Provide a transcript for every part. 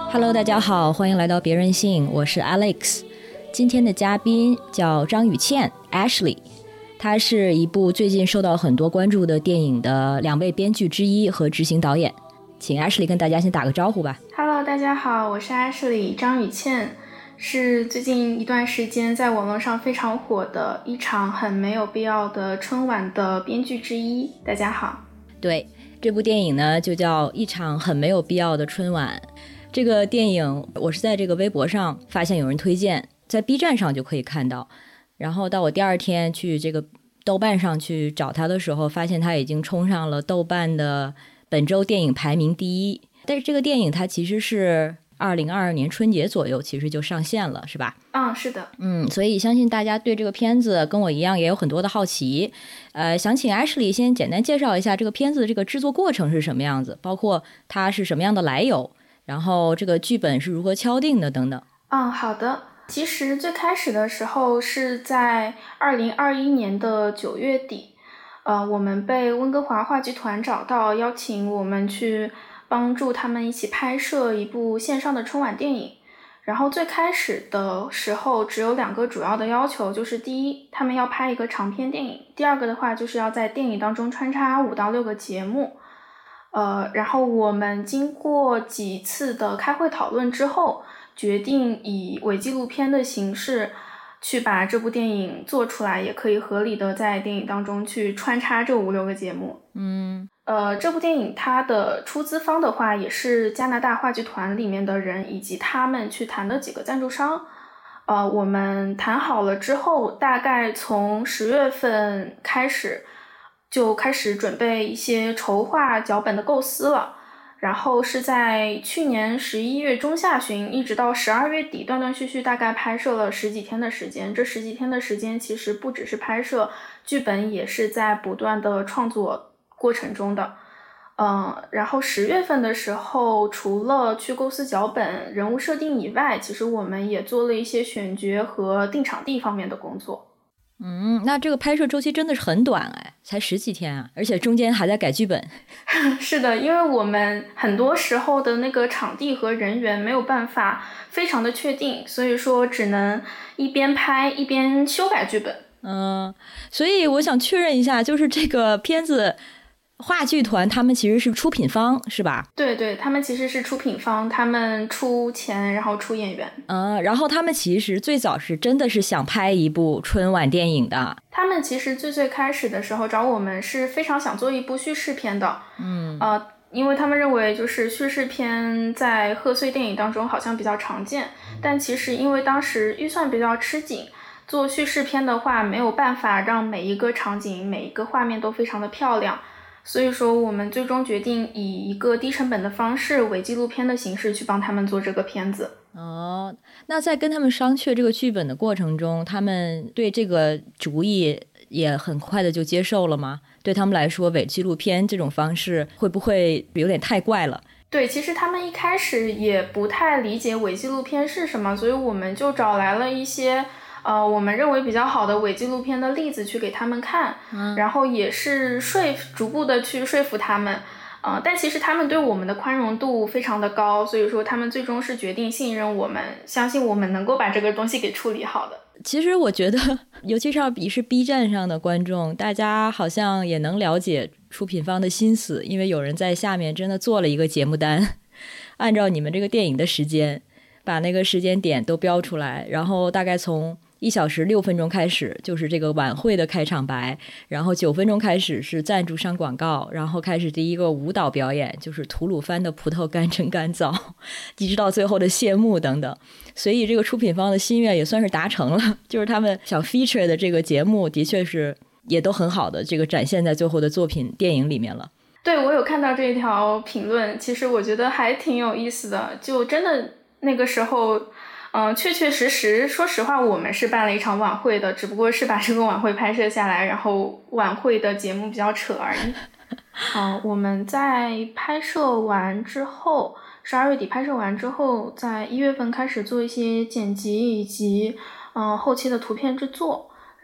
Hello， 大家好，欢迎来到别任性，我是 Alex。今天的嘉宾叫张雨倩 Ashley， 她是一部最近受到很多关注的电影的2位编剧之一和执行导演。请 Ashley 跟大家先打个招呼吧。 Hello， 大家好，我是 Ashley 张雨倩，是最近一段时间在网络上非常火的一场很没有必要的春晚的编剧之一。大家好。 对，这部电影呢就叫一场很没有必要的春晚。这个电影我是在这个微博上发现有人推荐，在 B 站上就可以看到，然后到我第二天去这个豆瓣上去找它的时候，发现它已经冲上了豆瓣的本周电影排名第1。但是这个电影它其实是2022年春节左右其实就上线了，是吧？ 是的。 所以相信大家对这个片子跟我一样也有很多的好奇。想请 Ashley 先简单介绍一下这个片子的这个制作过程是什么样子，包括它是什么样的来由，然后这个剧本是如何敲定的等等。 好的。其实最开始的时候是在2021年的9月底，我们被温哥华话剧团找到，邀请我们去帮助他们一起拍摄一部线上的春晚电影。然后最开始的时候只有2个主要的要求，就是第一，他们要拍一个长篇电影，第二个的话就是要在电影当中穿插5到6个节目。然后我们经过几次的开会讨论之后，决定以伪纪录片的形式去把这部电影做出来，也可以合理的在电影当中去穿插这5、6个节目。这部电影它的出资方的话也是加拿大话剧团里面的人以及他们去谈的几个赞助商。我们谈好了之后，大概从10月份开始就开始准备一些筹划脚本的构思了，然后是在去年11月中下旬一直到12月底断断续续大概拍摄了10几天的时间。这10几天的时间其实不只是拍摄，剧本也是在不断的创作过程中的。然后10月份的时候，除了去构思脚本、人物设定以外，其实我们也做了一些选角和定场地方面的工作。 那这个拍摄周期真的是很短才10几天啊，而且中间还在改剧本。 是的，因为我们很多时候的那个场地和人员没有办法非常的确定，所以说只能一边拍一边修改剧本。 所以我想确认一下，就是这个片子话剧团他们其实是出品方是吧？ 对，他们其实是出品方，他们出钱然后出演员。 然后他们其实最早是真的是想拍一部春晚电影的。 他们其实最开始的时候找我们是非常想做一部叙事片的。因为他们认为就是叙事片在贺岁电影当中好像比较常见，但其实因为当时预算比较吃紧，做叙事片的话没有办法让每一个场景每一个画面都非常的漂亮，所以说我们最终决定以一个低成本的方式，伪纪录片的形式去帮他们做这个片子。 那在跟他们商榷这个剧本的过程中，他们对这个主意也很快的就接受了吗？对他们来说，伪纪录片这种方式会不会有点太怪了？ 对，其实他们一开始也不太理解伪纪录片是什么，所以我们就找来了一些我们认为比较好的伪纪录片的例子去给他们看，然后也是逐步的去说服他们。但其实他们对我们的宽容度非常的高，所以说他们最终是决定信任我们，相信我们能够把这个东西给处理好的。 其实我觉得尤其是 B 站上的观众，大家好像也能了解出品方的心思，因为有人在下面真的做了一个节目单，按照你们这个电影的时间把那个时间点都标出来，然后大概从1小时6分钟开始就是这个晚会的开场白，然后9分钟开始是赞助商广告，然后开始第一个舞蹈表演，就是吐鲁番的葡萄干蒸干燥，一直到最后的谢幕等等。所以这个出品方的心愿也算是达成了，就是他们想 feature 的这个节目的确是也都很好的这个展现在最后的作品电影里面了。 对，我有看到这一条评论，其实我觉得还挺有意思的，就真的那个时候确实说实话我们是办了一场晚会的，只不过是把这个晚会拍摄下来，然后晚会的节目比较扯而已。我们在拍摄完之后12月底拍摄完之后，在1月份开始做一些剪辑以及后期的图片制作，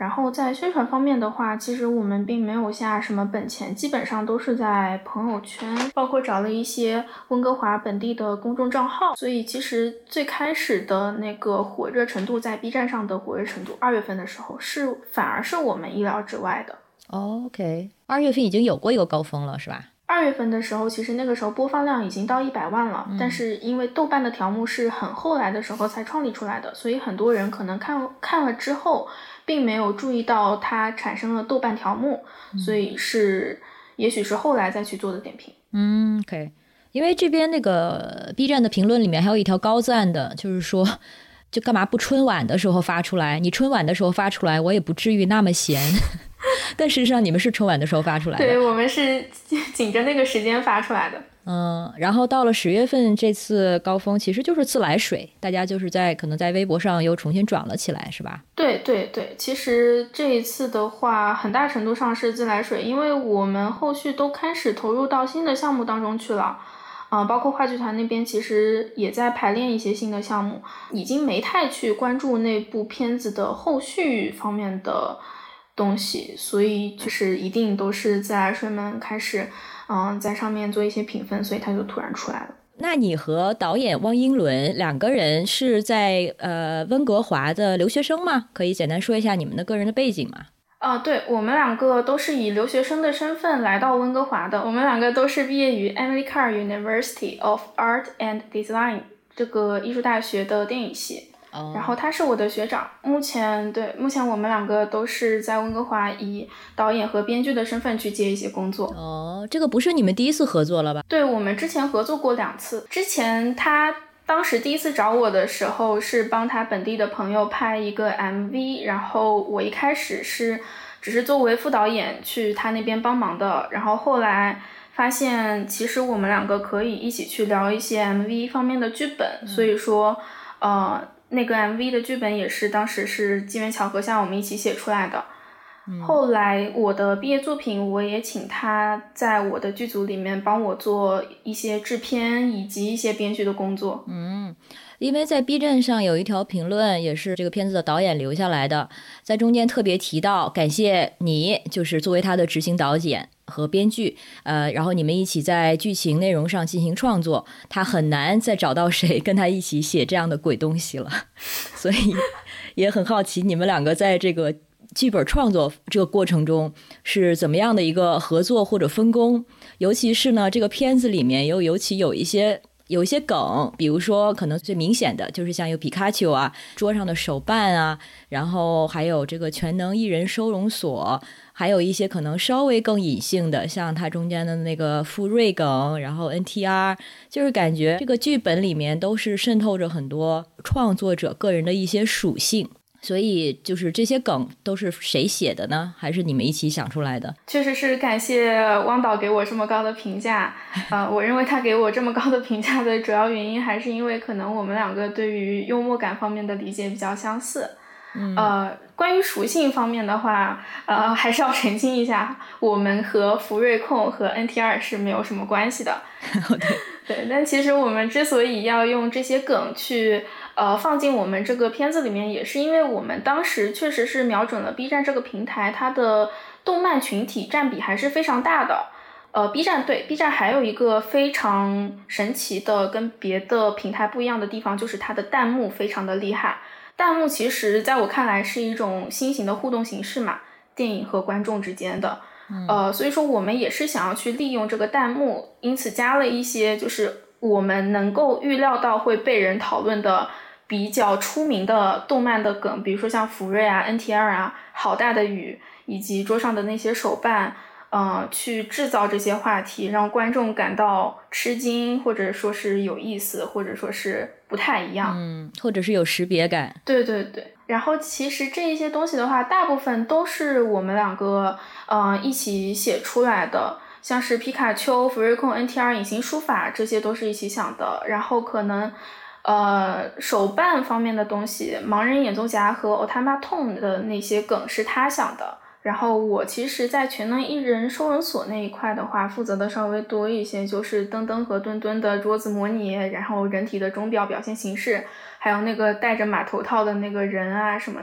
然后在宣传方面的话，其实我们并没有下什么本钱，基本上都是在朋友圈，包括找了一些温哥华本地的公众账号。所以其实最开始的那个火热程度，在 B 站上的火热程度，2月份的时候反而是我们意料之外的。 OK， 2月份已经有过一个高峰了，是吧 ？2月份的时候，其实那个时候播放量已经到100万了，但是因为豆瓣的条目是很后来的时候才创立出来的，所以很多人可能看了之后，并没有注意到它产生了豆瓣条目，所以也许是后来再去做的点评。 OK， 因为这边那个 B 站的评论里面还有一条高赞的，就是说就干嘛不春晚的时候发出来？你春晚的时候发出来，我也不至于那么闲。但事实上你们是春晚的时候发出来的。 对，我们是紧着那个时间发出来的。 然后到了10月份这次高峰其实就是自来水，大家就是可能在微博上又重新转了起来，是吧？ 对对对，其实这一次的话很大程度上是自来水，因为我们后续都开始投入到新的项目当中去了。包括话剧团那边其实也在排练一些新的项目，已经没太去关注那部片子的后续方面的东西，所以就是一定都是自来水们开始在上面做一些评分，所以它就突然出来了。 那你和导演汪英伦两个人是在温哥华的留学生吗？可以简单说一下你们的个人的背景吗？ 对，我们两个都是以留学生的身份来到温哥华的。我们两个都是毕业于 Emily Carr University of Art and Design 这个艺术大学的电影系。然后他是我的学长。目前我们两个都是在温哥华以导演和编剧的身份去接一些工作。 这个不是你们第一次合作了吧？ 对，我们之前合作过2次。之前他当时第一次找我的时候是帮他本地的朋友拍一个 MV， 然后我一开始只是作为副导演去他那边帮忙的，然后后来发现其实我们两个可以一起去聊一些 MV 方面的剧本，所以说那个 MV 的剧本也是当时是机缘巧合下我们一起写出来的。后来我的毕业作品我也请他在我的剧组里面帮我做一些制片以及一些编剧的工作。 因为在 B 站上有一条评论也是这个片子的导演留下来的，在中间特别提到感谢你就是作为他的执行导演和编剧，然后你们一起在剧情内容上进行创作，他很难再找到谁跟他一起写这样的鬼东西了。所以也很好奇你们两个在这个剧本创作这个过程中是怎么样的一个合作或者分工，尤其是呢这个片子里面尤其有一些梗，比如说可能最明显的就是像有皮卡丘啊，桌上的手办啊，然后还有这个全能艺人收容所，还有一些可能稍微更隐性的，像它中间的那个富瑞梗，然后 NTR， 就是感觉这个剧本里面都是渗透着很多创作者个人的一些属性。所以就是这些梗都是谁写的呢？还是你们一起想出来的？ 确实是感谢汪导给我这么高的评价。我认为他给我这么高的评价的主要原因还是因为可能我们两个对于幽默感方面的理解比较相似。关于属性方面的话，还是要澄清一下，我们和福瑞控和 NTR 是没有什么关系的。对，但其实我们之所以要用这些梗去放进我们这个片子里面，也是因为我们当时确实是瞄准了 B 站这个平台，它的动漫群体占比还是非常大的。B 站还有一个非常神奇的跟别的平台不一样的地方，就是它的弹幕非常的厉害。弹幕其实在我看来是一种新型的互动形式嘛，电影和观众之间的。所以说我们也是想要去利用这个弹幕，因此加了一些就是我们能够预料到会被人讨论的比较出名的动漫的梗，比如说像福瑞啊 NTR 啊好大的雨以及桌上的那些手办，去制造这些话题，让观众感到吃惊，或者说是有意思，或者说是不太一样， 或者是有识别感。 对对对。然后其实这一些东西的话，大部分都是我们两个一起写出来的，像是皮卡丘、福瑞控、NTR、隐形书法，这些都是一起想的。然后可能手办方面的东西，盲人演奏家和 Otamaton 的那些梗是他想的。然后我其实在全能艺人收容所那一块的话，负责的稍微多一些，就是登登和墩墩的桌子模拟，然后人体的钟表表现形式，还有那个戴着马头套的那个人啊什么的，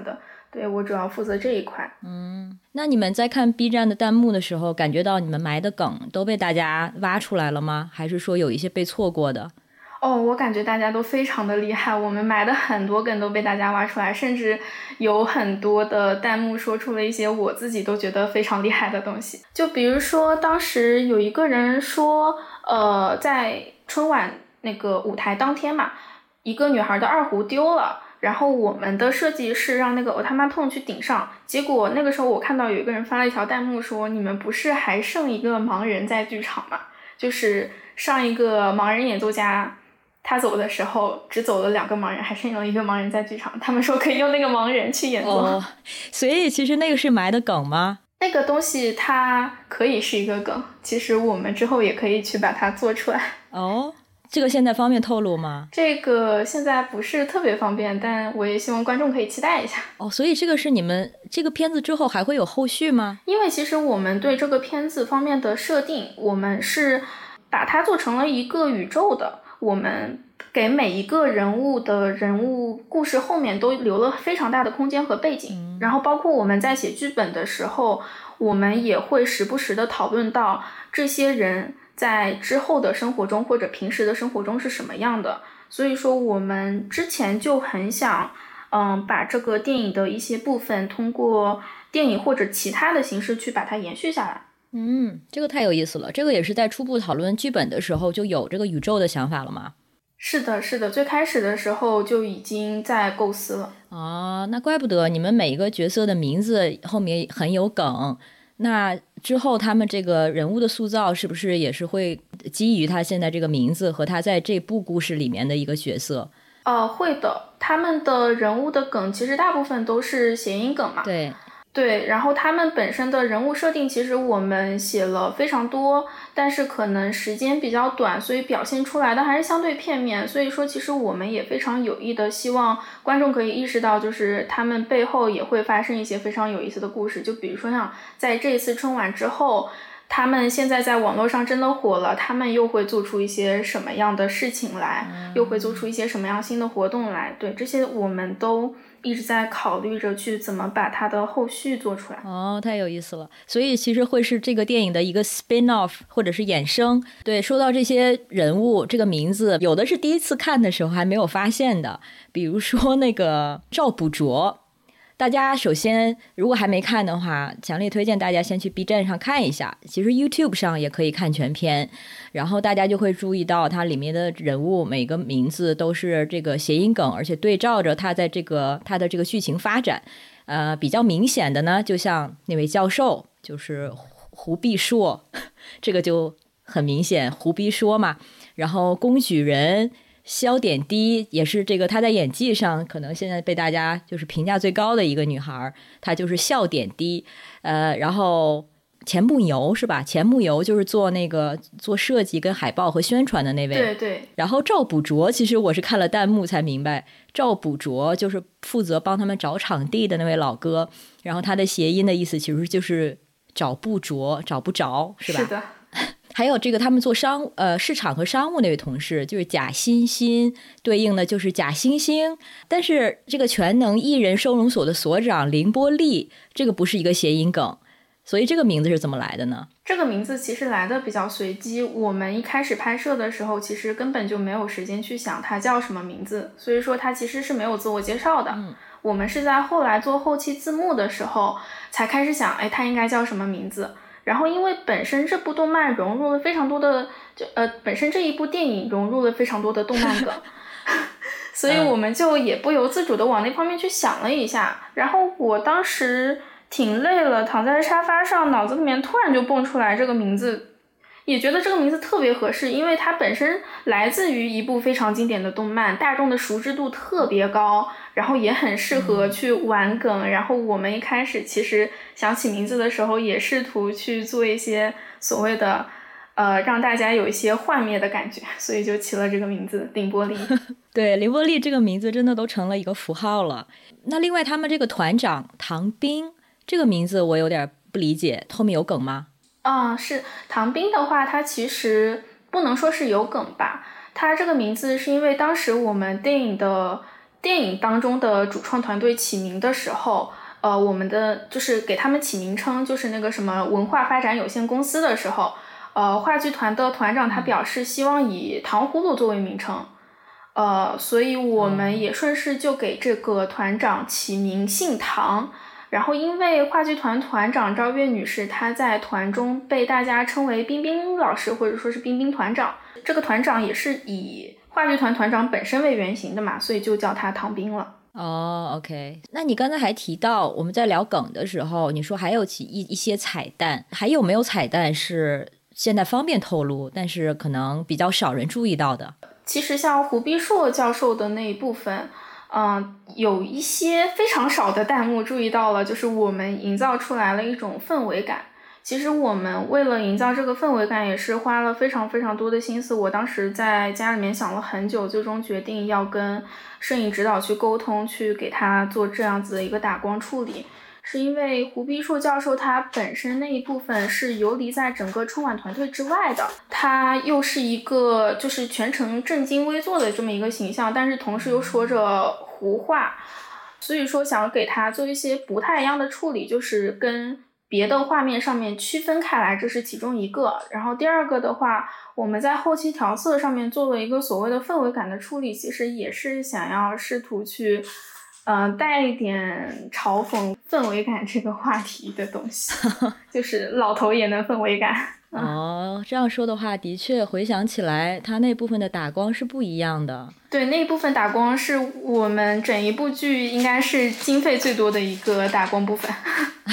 对，我主要负责这一块。 那你们在看 B 站的弹幕的时候，感觉到你们埋的梗都被大家挖出来了吗？还是说有一些被错过的？ 我感觉大家都非常的厉害，我们埋的很多梗都被大家挖出来，甚至有很多的弹幕说出了一些我自己都觉得非常厉害的东西。就比如说当时有一个人说在春晚那个舞台当天嘛，一个女孩的二胡丢了，然后我们的设计是让那个欧他妈痛去顶上，结果那个时候我看到有一个人发了一条弹幕说，你们不是还剩一个盲人在剧场吗？就是上一个盲人演奏家他走的时候只走了2个盲人，还剩了1个盲人在剧场，他们说可以用那个盲人去演奏。 所以其实那个是埋的梗吗？ 那个东西它可以是一个梗，其实我们之后也可以去把它做出来。 这个现在方便透露吗？ 这个现在不是特别方便，但我也希望观众可以期待一下。 所以这个是你们这个片子之后还会有后续吗？ 因为其实我们对这个片子方面的设定，我们是把它做成了一个宇宙的，我们给每一个人物的人物故事后面都留了非常大的空间和背景，然后包括我们在写剧本的时候，我们也会时不时的讨论到这些人在之后的生活中或者平时的生活中是什么样的。所以说我们之前就很想把这个电影的一些部分通过电影或者其他的形式去把它延续下来。 这个太有意思了。这个也是在初步讨论剧本的时候就有这个宇宙的想法了吗？ 是的，是的，最开始的时候就已经在构思了。 那怪不得你们每一个角色的名字后面很有梗。那之后他们这个人物的塑造是不是也是会基于他现在这个名字和他在这部故事里面的一个角色？ 会的，他们的人物的梗其实大部分都是谐音梗嘛。对，然后他们本身的人物设定其实我们写了非常多，但是可能时间比较短，所以表现出来的还是相对片面。所以说其实我们也非常有意的希望观众可以意识到，就是他们背后也会发生一些非常有意思的故事。就比如说像在这一次春晚之后，他们现在在网络上真的火了，他们又会做出一些什么样的事情来，又会做出一些什么样新的活动来。对，这些我们都一直在考虑着去怎么把它的后续做出来。 太有意思了。所以其实会是这个电影的一个 spin-off 或者是衍生。对，说到这些人物，这个名字有的是第一次看的时候还没有发现的，比如说那个赵补拙。大家首先如果还没看的话，强烈推荐大家先去 B 站上看一下，其实 YouTube 上也可以看全片，然后大家就会注意到它里面的人物每个名字都是这个谐音梗，而且对照着它的这个剧情发展。比较明显的呢，就像那位教授就是胡必硕，这个就很明显，胡必说嘛。然后工举人萧点滴也是这个，她在演技上可能现在被大家就是评价最高的一个女孩，她就是笑点滴。然后钱穆由是吧？钱穆由就是做设计跟海报和宣传的那位。 对对。 然后赵补拙，其实我是看了弹幕才明白，赵补拙就是负责帮他们找场地的那位老哥，然后他的谐音的意思其实就是找不着，找不着，是吧？ 是的。 还有这个他们做市场和商务那位同事就是贾欣欣，对应的就是贾星星。但是这个全能艺人收容所的所长凌波丽，这个不是一个谐音梗，所以这个名字是怎么来的呢？ 这个名字其实来的比较随机，我们一开始拍摄的时候其实根本就没有时间去想它叫什么名字，所以说它其实是没有自我介绍的。我们是在后来做后期字幕的时候才开始想，它应该叫什么名字。然后因为本身这部动漫融入了非常多的本身这一部电影融入了非常多的动漫梗所以我们就也不由自主的往那方面去想了一下。然后我当时挺累了，躺在沙发上，脑子里面突然就蹦出来这个名字，也觉得这个名字特别合适，因为它本身来自于一部非常经典的动漫，大众的熟知度特别高，然后也很适合去玩梗。然后我们一开始其实想起名字的时候也试图去做一些所谓的让大家有一些幻灭的感觉，所以就起了这个名字凌波丽对，凌波丽这个名字真的都成了一个符号了。那另外他们这个团长唐斌这个名字我有点不理解，后面有梗吗？ 是唐斌的话，他其实不能说是有梗吧，他这个名字是因为当时我们电影当中的主创团队起名的时候， 我们的就是给他们起名称，就是那个什么文化发展有限公司的时候，话剧团的团长他表示希望以糖葫芦作为名称，所以我们也顺势就给这个团长起名姓唐。然后因为话剧团团长赵月女士她在团中被大家称为冰冰老师或者说是冰冰团长，这个团长也是以话剧团团长本身为原型的嘛，所以就叫她唐冰了。 OK， 那你刚才还提到我们在聊梗的时候，你说还有一些彩蛋，还有没有彩蛋是现在方便透露，但是可能比较少人注意到的？ 其实像胡必硕教授的那一部分，有一些非常少的弹幕注意到了，就是我们营造出来了一种氛围感。其实我们为了营造这个氛围感也是花了非常非常多的心思，我当时在家里面想了很久，最终决定要跟摄影指导去沟通，去给他做这样子的一个打光处理。是因为胡必硕教授他本身那一部分是游离在整个春晚团队之外的，他又是一个就是全程正襟危坐的这么一个形象，但是同时又说着胡话，所以说想给他做一些不太一样的处理，就是跟别的画面上面区分开来，这是其中一个。然后第二个的话，我们在后期调色上面做了一个所谓的氛围感的处理，其实也是想要试图去带一点嘲讽氛围感这个话题的东西就是老头也能氛围感。 这样说的话，的确回想起来他那部分的打光是不一样的。 对，那部分打光是我们整一部剧应该是经费最多的一个打光部分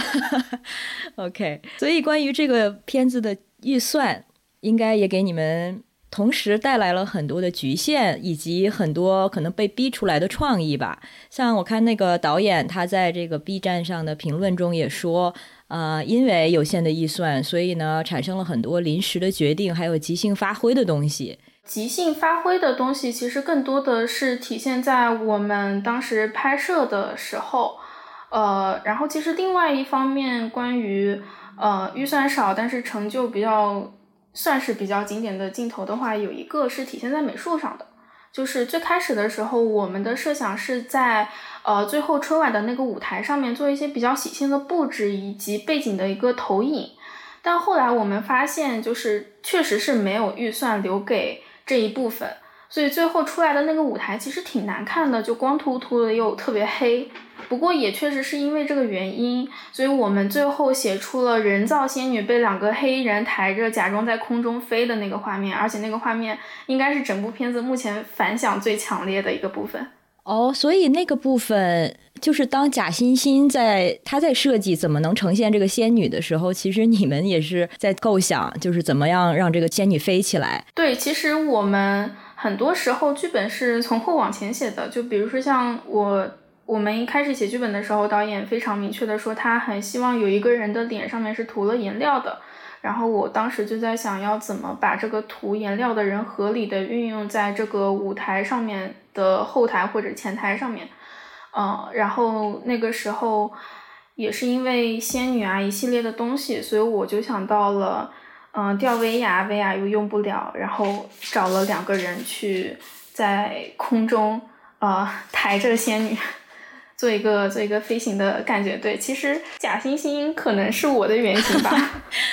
OK， 所以关于这个片子的预算应该也给你们同时带来了很多的局限，以及很多可能被逼出来的创意吧。像我看那个导演他在这个 B 站上的评论中也说，因为有限的预算，所以呢产生了很多临时的决定，还有即兴发挥的东西。 即兴发挥的东西其实更多的是体现在我们当时拍摄的时候，然后其实另外一方面关于预算少但是成就算是比较经典的镜头的话，有一个是体现在美术上的，就是最开始的时候我们的设想是在最后春晚的那个舞台上面做一些比较喜庆的布置以及背景的一个投影，但后来我们发现就是确实是没有预算留给这一部分，所以最后出来的那个舞台其实挺难看的，就光秃秃的又特别黑。不过也确实是因为这个原因，所以我们最后写出了人造仙女被两个黑衣人抬着假装在空中飞的那个画面，而且那个画面应该是整部片子目前反响最强烈的一个部分。 所以那个部分就是当贾欣欣他在设计怎么能呈现这个仙女的时候，其实你们也是在构想就是怎么样让这个仙女飞起来。 对，其实我们很多时候剧本是从后往前写的，就比如说像我们一开始写剧本的时候，导演非常明确的说他很希望有一个人的脸上面是涂了颜料的，然后我当时就在想要怎么把这个涂颜料的人合理的运用在这个舞台上面的后台或者前台上面。然后那个时候也是因为仙女啊一系列的东西，所以我就想到了吊威亚又用不了，然后找了2个人去在空中抬着仙女做一个飞行的感觉。对，其实贾欣欣可能是我的原型吧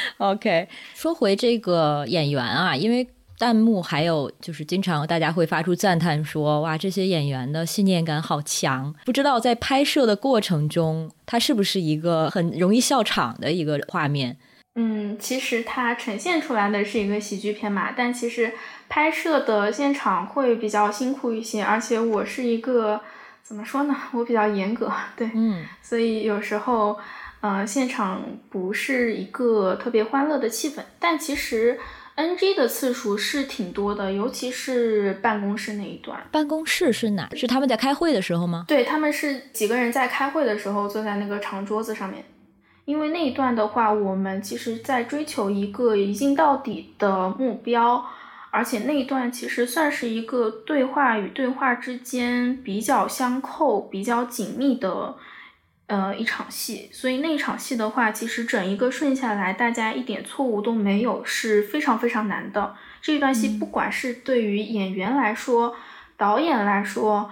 OK， 说回这个演员啊，因为弹幕还有就是经常大家会发出赞叹说，哇，这些演员的信念感好强。不知道在拍摄的过程中，它是不是一个很容易笑场的一个画面？ 其实它呈现出来的是一个喜剧片嘛，但其实拍摄的现场会比较辛苦一些，而且我是一个怎么说呢，我比较严格，对，所以有时候现场不是一个特别欢乐的气氛，但其实 NG 的次数是挺多的，尤其是办公室那一段。 办公室是哪？是他们在开会的时候吗？ 对，他们是几个人在开会的时候坐在那个长桌子上面。因为那一段的话，我们其实在追求一个一镜到底的目标，而且那一段其实算是一个对话与对话之间比较相扣、比较紧密的一场戏，所以那一场戏的话，其实整一个顺下来，大家一点错误都没有，是非常非常难的。这一段戏不管是对于演员来说、导演来说，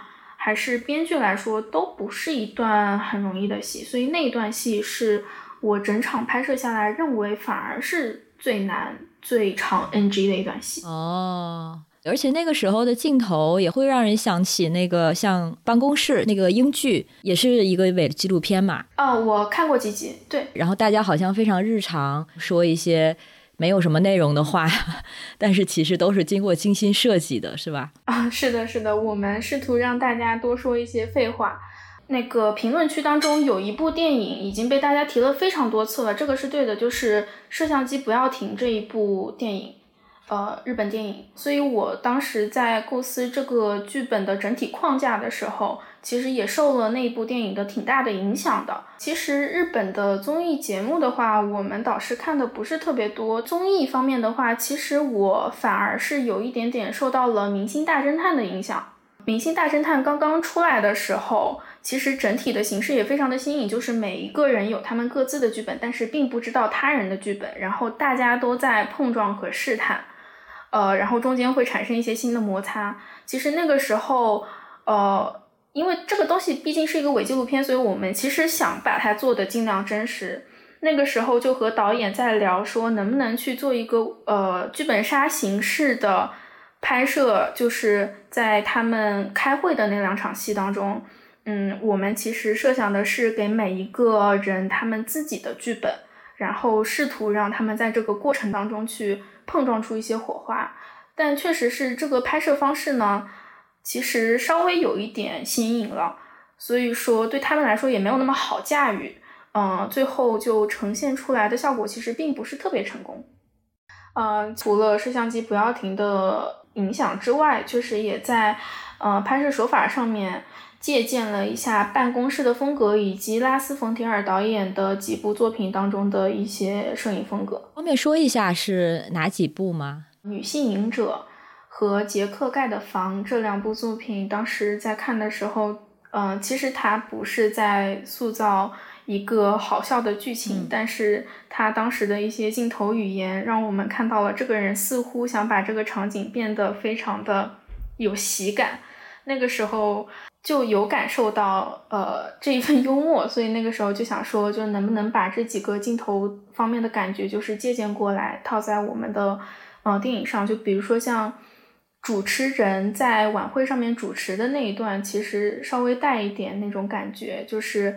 还是编剧来说，都不是一段很容易的戏，所以那一段戏是我整场拍摄下来认为反而是最难、最长 NG 的一段戏。 而且那个时候的镜头也会让人想起那个像办公室那个英剧，也是一个伪纪录片嘛。 我看过几集，对。 然后大家好像非常日常说一些没有什么内容的话，但是其实都是经过精心设计的，是吧？ 是的，是的，我们试图让大家多说一些废话。那个评论区当中有一部电影已经被大家提了非常多次了，这个是对的，就是摄像机不要停这一部电影。日本电影，所以我当时在构思这个剧本的整体框架的时候，其实也受了那一部电影的挺大的影响的。其实日本的综艺节目的话，我们导师看的不是特别多。综艺方面的话，其实我反而是有一点点受到了《明星大侦探》的影响。《明星大侦探》刚刚出来的时候，其实整体的形式也非常的新颖，就是每一个人有他们各自的剧本，但是并不知道他人的剧本，然后大家都在碰撞和试探。然后中间会产生一些新的摩擦。其实那个时候，因为这个东西毕竟是一个伪纪录片，所以我们其实想把它做的尽量真实。那个时候就和导演在聊说，能不能去做一个剧本杀形式的拍摄，就是在他们开会的那2场戏当中，我们其实设想的是给每一个人他们自己的剧本，然后试图让他们在这个过程当中去碰撞出一些火花。但确实是这个拍摄方式呢，其实稍微有一点新颖了，所以说对他们来说也没有那么好驾驭。最后就呈现出来的效果其实并不是特别成功。除了摄像机不要停的影响之外，确实也在拍摄手法上面借鉴了一下办公室的风格，以及拉斯冯提尔导演的几部作品当中的一些摄影风格。 方便说一下是哪几部吗？ 女性隐者和杰克盖的房这2部作品，当时在看的时候，其实它不是在塑造一个好笑的剧情，但是他当时的一些镜头语言让我们看到了这个人似乎想把这个场景变得非常的有喜感。那个时候就有感受到这一份幽默，所以那个时候就想说，就能不能把这几个镜头方面的感觉就是借鉴过来，套在我们的电影上。就比如说像主持人在晚会上面主持的那一段，其实稍微带一点那种感觉，就是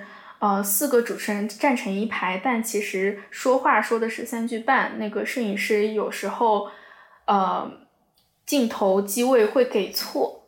4个主持人站成一排，但其实说话说的是3句半。那个摄影师有时候镜头机位会给错。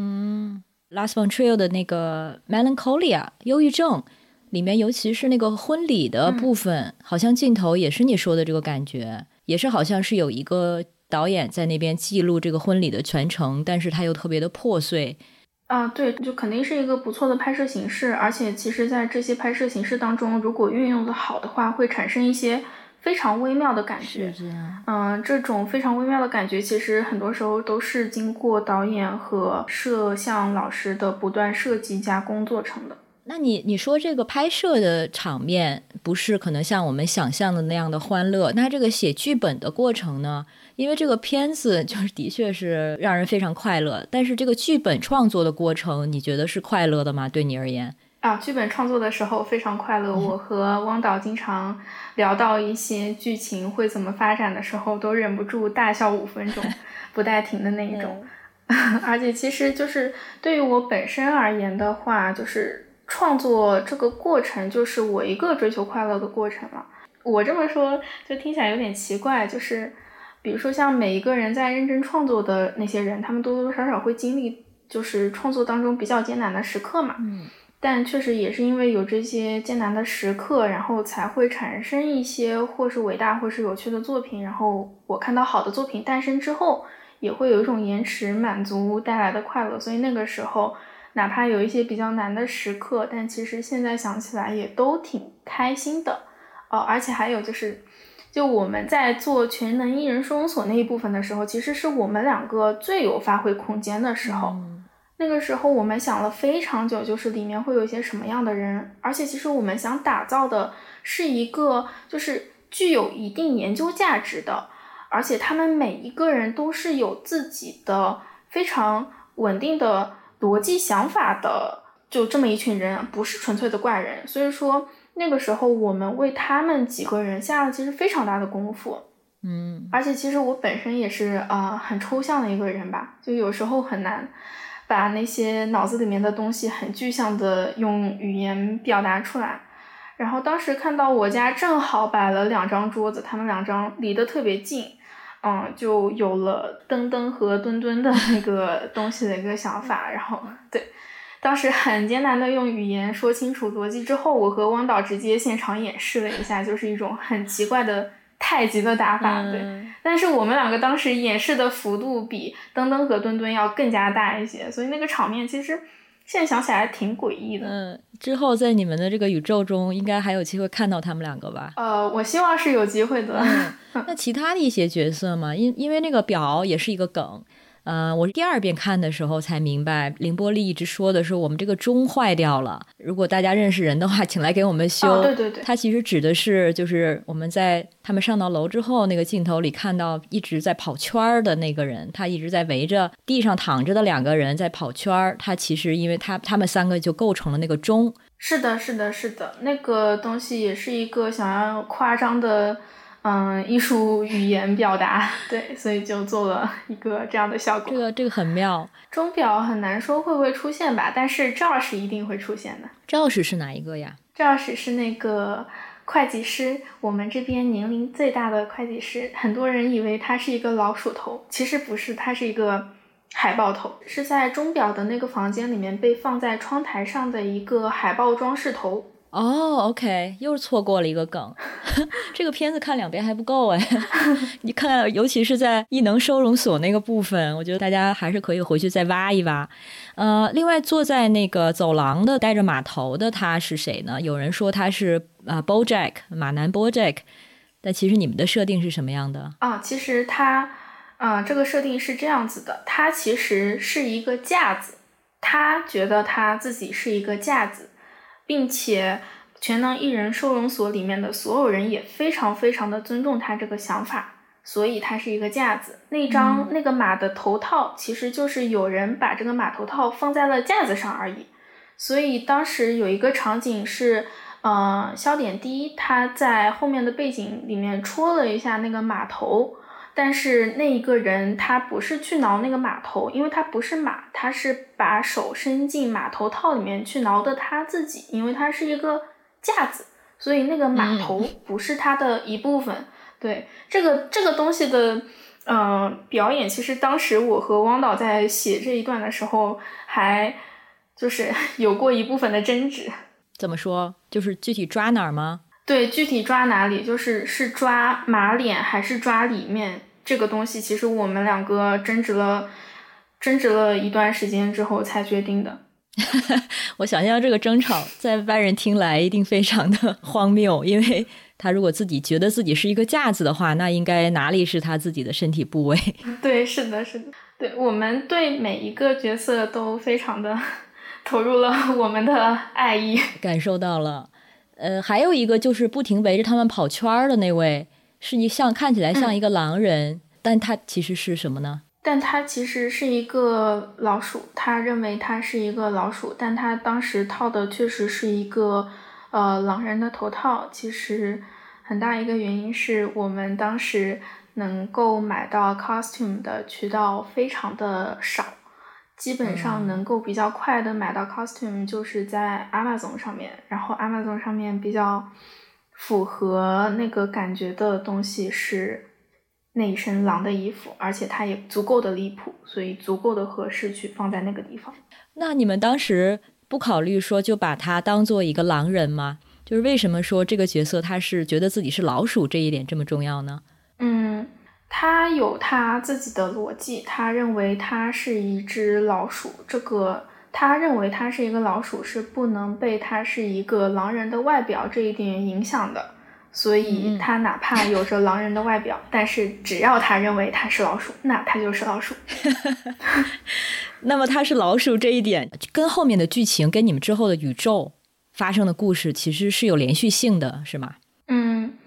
Lars von Trier 的那个 Melancholia 忧郁症里面，尤其是那个婚礼的部分，好像镜头也是你说的这个感觉，也是好像是有一个导演在那边记录这个婚礼的全程，但是他又特别的破碎。 对，就肯定是一个不错的拍摄形式，而且其实在这些拍摄形式当中，如果运用的好的话，会产生一些非常微妙的感觉。 是这样。 这种非常微妙的感觉，其实很多时候都是经过导演和摄像老师的不断设计加工做成的。 那你说这个拍摄的场面不是可能像我们想象的那样的欢乐，那这个写剧本的过程呢？因为这个片子就是的确是让人非常快乐，但是这个剧本创作的过程，你觉得是快乐的吗？对你而言？ 剧本创作的时候非常快乐，我和汪导经常聊到一些剧情会怎么发展的时候，都忍不住大笑5分钟不带停的那一种。而且其实就是对于我本身而言的话，就是创作这个过程就是我一个追求快乐的过程了。我这么说就听起来有点奇怪，就是比如说像每一个人在认真创作的那些人，他们多多少少会经历就是创作当中比较艰难的时刻嘛。但确实也是因为有这些艰难的时刻，然后才会产生一些或是伟大或是有趣的作品。然后我看到好的作品诞生之后，也会有一种延迟满足带来的快乐。所以那个时候哪怕有一些比较难的时刻，但其实现在想起来也都挺开心的。而且还有就我们在做全能艺人收容所那一部分的时候，其实是我们2个最有发挥空间的时候。那个时候我们想了非常久，就是里面会有一些什么样的人，而且其实我们想打造的是一个就是具有一定研究价值的，而且他们每一个人都是有自己的非常稳定的逻辑想法的就这么一群人，不是纯粹的怪人。所以说那个时候我们为他们几个人下了其实非常大的功夫。而且其实我本身也是很抽象的一个人吧，就有时候很难把那些脑子里面的东西很具象的用语言表达出来。然后当时看到我家正好摆了2张桌子，他们2张离得特别近，就有了登登和墩墩的那个东西的一个想法。然后对，当时很艰难的用语言说清楚逻辑之后，我和汪导直接现场演示了一下，就是一种很奇怪的太极的打法。对，但是我们2个当时演示的幅度比登登和墩墩要更加大一些，所以那个场面其实现在想起来挺诡异的。 之后在你们的这个宇宙中应该还有机会看到他们2个吧？ 我希望是有机会的。 那其他的一些角色嘛，因为那个表也是一个梗。我第2遍看的时候才明白，凌波丽一直说的是我们这个钟坏掉了，如果大家认识人的话请来给我们修。 对对对， 它其实指的是就是我们在他们上到楼之后那个镜头里看到一直在跑圈的那个人，他一直在围着地上躺着的2个人在跑圈，他其实因为他们3个就构成了那个钟。 是的是的是的，那个东西也是一个想要夸张的艺术语言表达。对，所以就做了一个这样的效果。 这个很妙。 钟表很难说会不会出现吧，但是赵氏一定会出现的。 赵氏是哪一个呀？ 赵氏是那个会计师，我们这边年龄最大的会计师。很多人以为他是一个老鼠头，其实不是，他是一个海豹头，是在钟表的那个房间里面被放在窗台上的一个海豹装饰头。 OK， 又错过了一个梗。这个片子看2遍还不够哎。你看，尤其是在艺能收容所那个部分，我觉得大家还是可以回去再挖一挖。另外坐在那个走廊的带着马头的他是谁呢？有人说他是BoJack 马男 BoJack， 但其实你们的设定是什么样的？ 其实他这个设定是这样子的，他其实是一个架子，他觉得他自己是一个架子，并且全能艺人收容所里面的所有人也非常非常的尊重他这个想法，所以他是一个架子。那个马的头套其实就是有人把这个马头套放在了架子上而已。所以当时有一个场景是萧点滴他在后面的背景里面戳了一下那个马头，但是那一个人他不是去挠那个马头，因为他不是马，他是把手伸进马头套里面去挠的他自己，因为他是一个架子，所以那个马头不是他的一部分。对，这个东西的表演，其实当时我和汪导在写这一段的时候还就是有过一部分的争执。 怎么说？就是具体抓哪儿吗？ 对，具体抓哪里，是抓马脸还是抓里面，这个东西其实我们2个争执了一段时间之后才决定的。 我想象这个争吵在外人听来一定非常的荒谬，因为他如果自己觉得自己是一个架子的话，那应该哪里是他自己的身体部位？ 对，是的是的，对，我们对每一个角色都非常的投入了我们的爱意， 感受到了。还有一个就是不停围着他们跑圈的那位，是看起来像一个狼人，但他其实是什么呢？ 但他其实是一个老鼠，他认为他是一个老鼠，但他当时套的确实是一个狼人的头套。其实很大一个原因是我们当时能够买到 costume 的渠道非常的少，基本上能够比较快的买到 costume 就是在 Amazon 上面，然后 Amazon 上面比较符合那个感觉的东西是那一身狼的衣服，而且它也足够的离谱，所以足够的合适去放在那个地方。 那你们当时不考虑说就把它当做一个狼人吗？就是为什么说这个角色他是觉得自己是老鼠这一点这么重要呢？ 他有他自己的逻辑，他认为他是一只老鼠，他认为他是一个老鼠是不能被他是一个狼人的外表这一点影响的，所以他哪怕有着狼人的外表，但是只要他认为他是老鼠，那他就是老鼠。 那么他是老鼠这一点跟后面的剧情跟你们之后的宇宙发生的故事其实是有连续性的，是吗？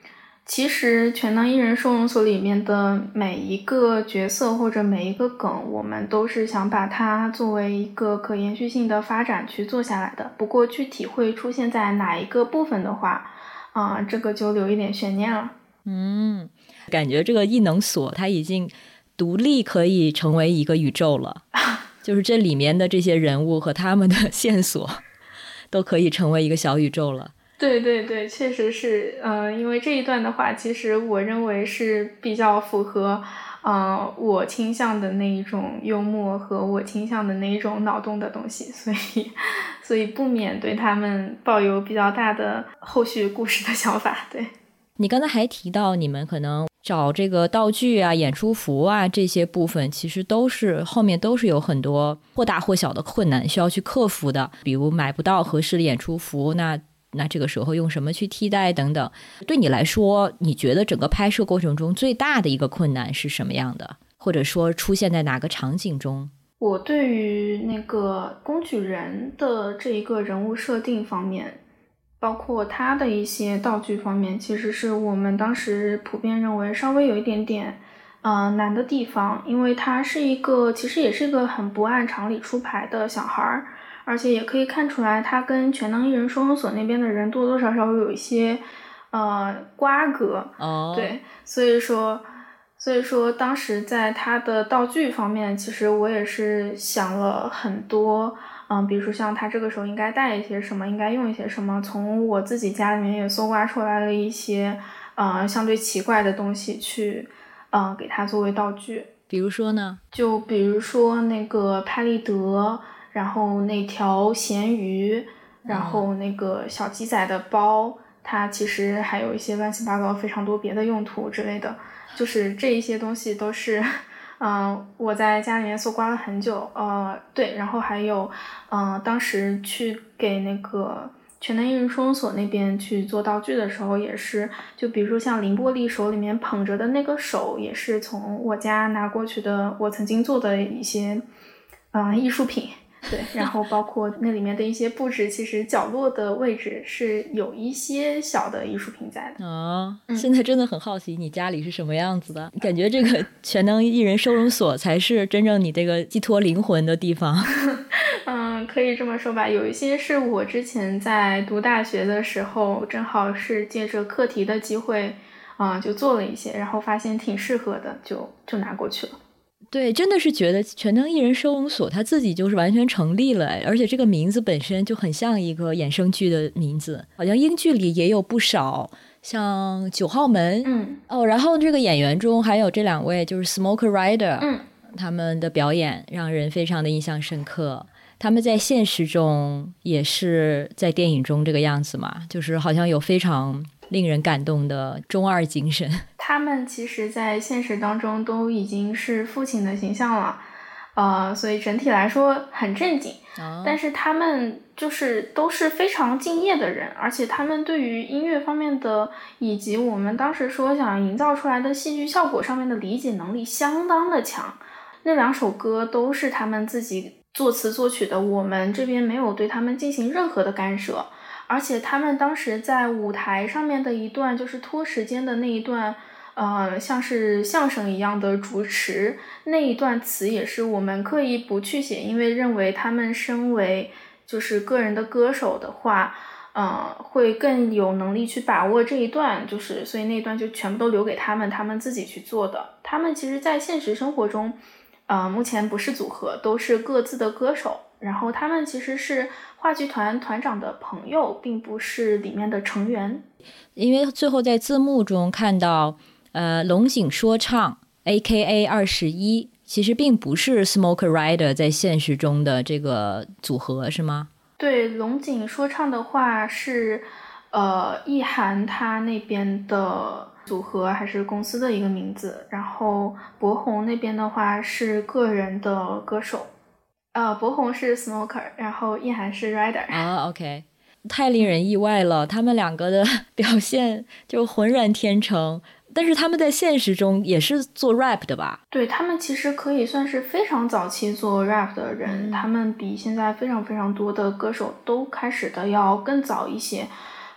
其实全能艺人收容所里面的每一个角色或者每一个梗，我们都是想把它作为一个可延续性的发展去做下来的。不过具体会出现在哪一个部分的话，这个就留一点悬念了。 感觉这个异能所它已经独立可以成为一个宇宙了，就是这里面的这些人物和他们的线索都可以成为一个小宇宙了。 对对对，确实是，因为这一段的话，其实我认为是比较符合，我倾向的那一种幽默和我倾向的那一种脑洞的东西，所以不免对他们抱有比较大的后续故事的想法。对， 你刚才还提到你们可能找这个道具啊、演出服啊这些部分，其实后面都是有很多或大或小的困难需要去克服的，比如买不到合适的演出服，那这个时候用什么去替代等等。对你来说，你觉得整个拍摄过程中最大的一个困难是什么样的？或者说出现在哪个场景中？ 我对于那个工具人的这一个人物设定方面，包括他的一些道具方面，其实是我们当时普遍认为稍微有一点点难的地方，因为他是一个其实也是一个很不按常理出牌的小孩儿，而且也可以看出来他跟全能艺人收容所那边的人多多少少有一些瓜葛。对，所以说当时在他的道具方面，其实我也是想了很多，比如说像他这个时候应该带一些什么，应该用一些什么，从我自己家里面也搜刮出来了一些相对奇怪的东西去给他作为道具。 比如说呢？ 就比如说那个拍立得，然后那条咸鱼，然后那个小鸡仔的包，它其实还有一些乱七八糟非常多别的用途之类的，就是这一些东西都是我在家里面搜刮了很久。对，然后还有当时去给那个全能艺人收容所那边去做道具的时候，也是就比如说像凌波丽手里面捧着的那个手，也是从我家拿过去的，我曾经做的一些艺术品。对，然后包括那里面的一些布置，其实角落的位置是有一些小的艺术品在的。 现在真的很好奇你家里是什么样子的，感觉这个全能艺人收容所才是真正你这个寄托灵魂的地方。 可以这么说吧，有一些是我之前在读大学的时候，正好是借着课题的机会就做了一些，然后发现挺适合的，就拿过去了。 对，真的是觉得全能艺人收容所它自己就是完全成立了，而且这个名字本身就很像一个衍生剧的名字，好像英剧里也有不少，像9号门，然后这个演员中还有这2位就是 Smoke Rider，他们的表演让人非常的印象深刻。他们在现实中也是在电影中这个样子嘛，就是好像有非常令人感动的中二精神。 他们其实在现实当中都已经是父亲的形象了，所以整体来说很正经。但是他们就是都是非常敬业的人，而且他们对于音乐方面的以及我们当时说想营造出来的戏剧效果上面的理解能力相当的强。那2首歌都是他们自己作词作曲的，我们这边没有对他们进行任何的干涉。而且他们当时在舞台上面的一段就是拖时间的那一段像是相声一样的主持，那一段词也是我们刻意不去写，因为认为他们身为就是个人的歌手的话会更有能力去把握这一段，就是所以那一段就全部都留给他们自己去做的。他们其实在现实生活中目前不是组合，都是各自的歌手，然后他们其实是话剧团团长的朋友，并不是里面的成员。 因为最后在字幕中看到龙井说唱 AKA 21其实并不是 Smoke Rider 在现实中的这个组合是吗？ 对，龙井说唱的话是意涵他那边的组合还是公司的一个名字，然后博宏那边的话是个人的歌手，博宏是 Smoker， 然后意涵是 Rider。 OK， 太令人意外了，他们2个的表现就浑然天成。但是他们在现实中也是做 rap 的吧？ 对，他们其实可以算是非常早期做 rap 的人，他们比现在非常非常多的歌手都开始的要更早一些。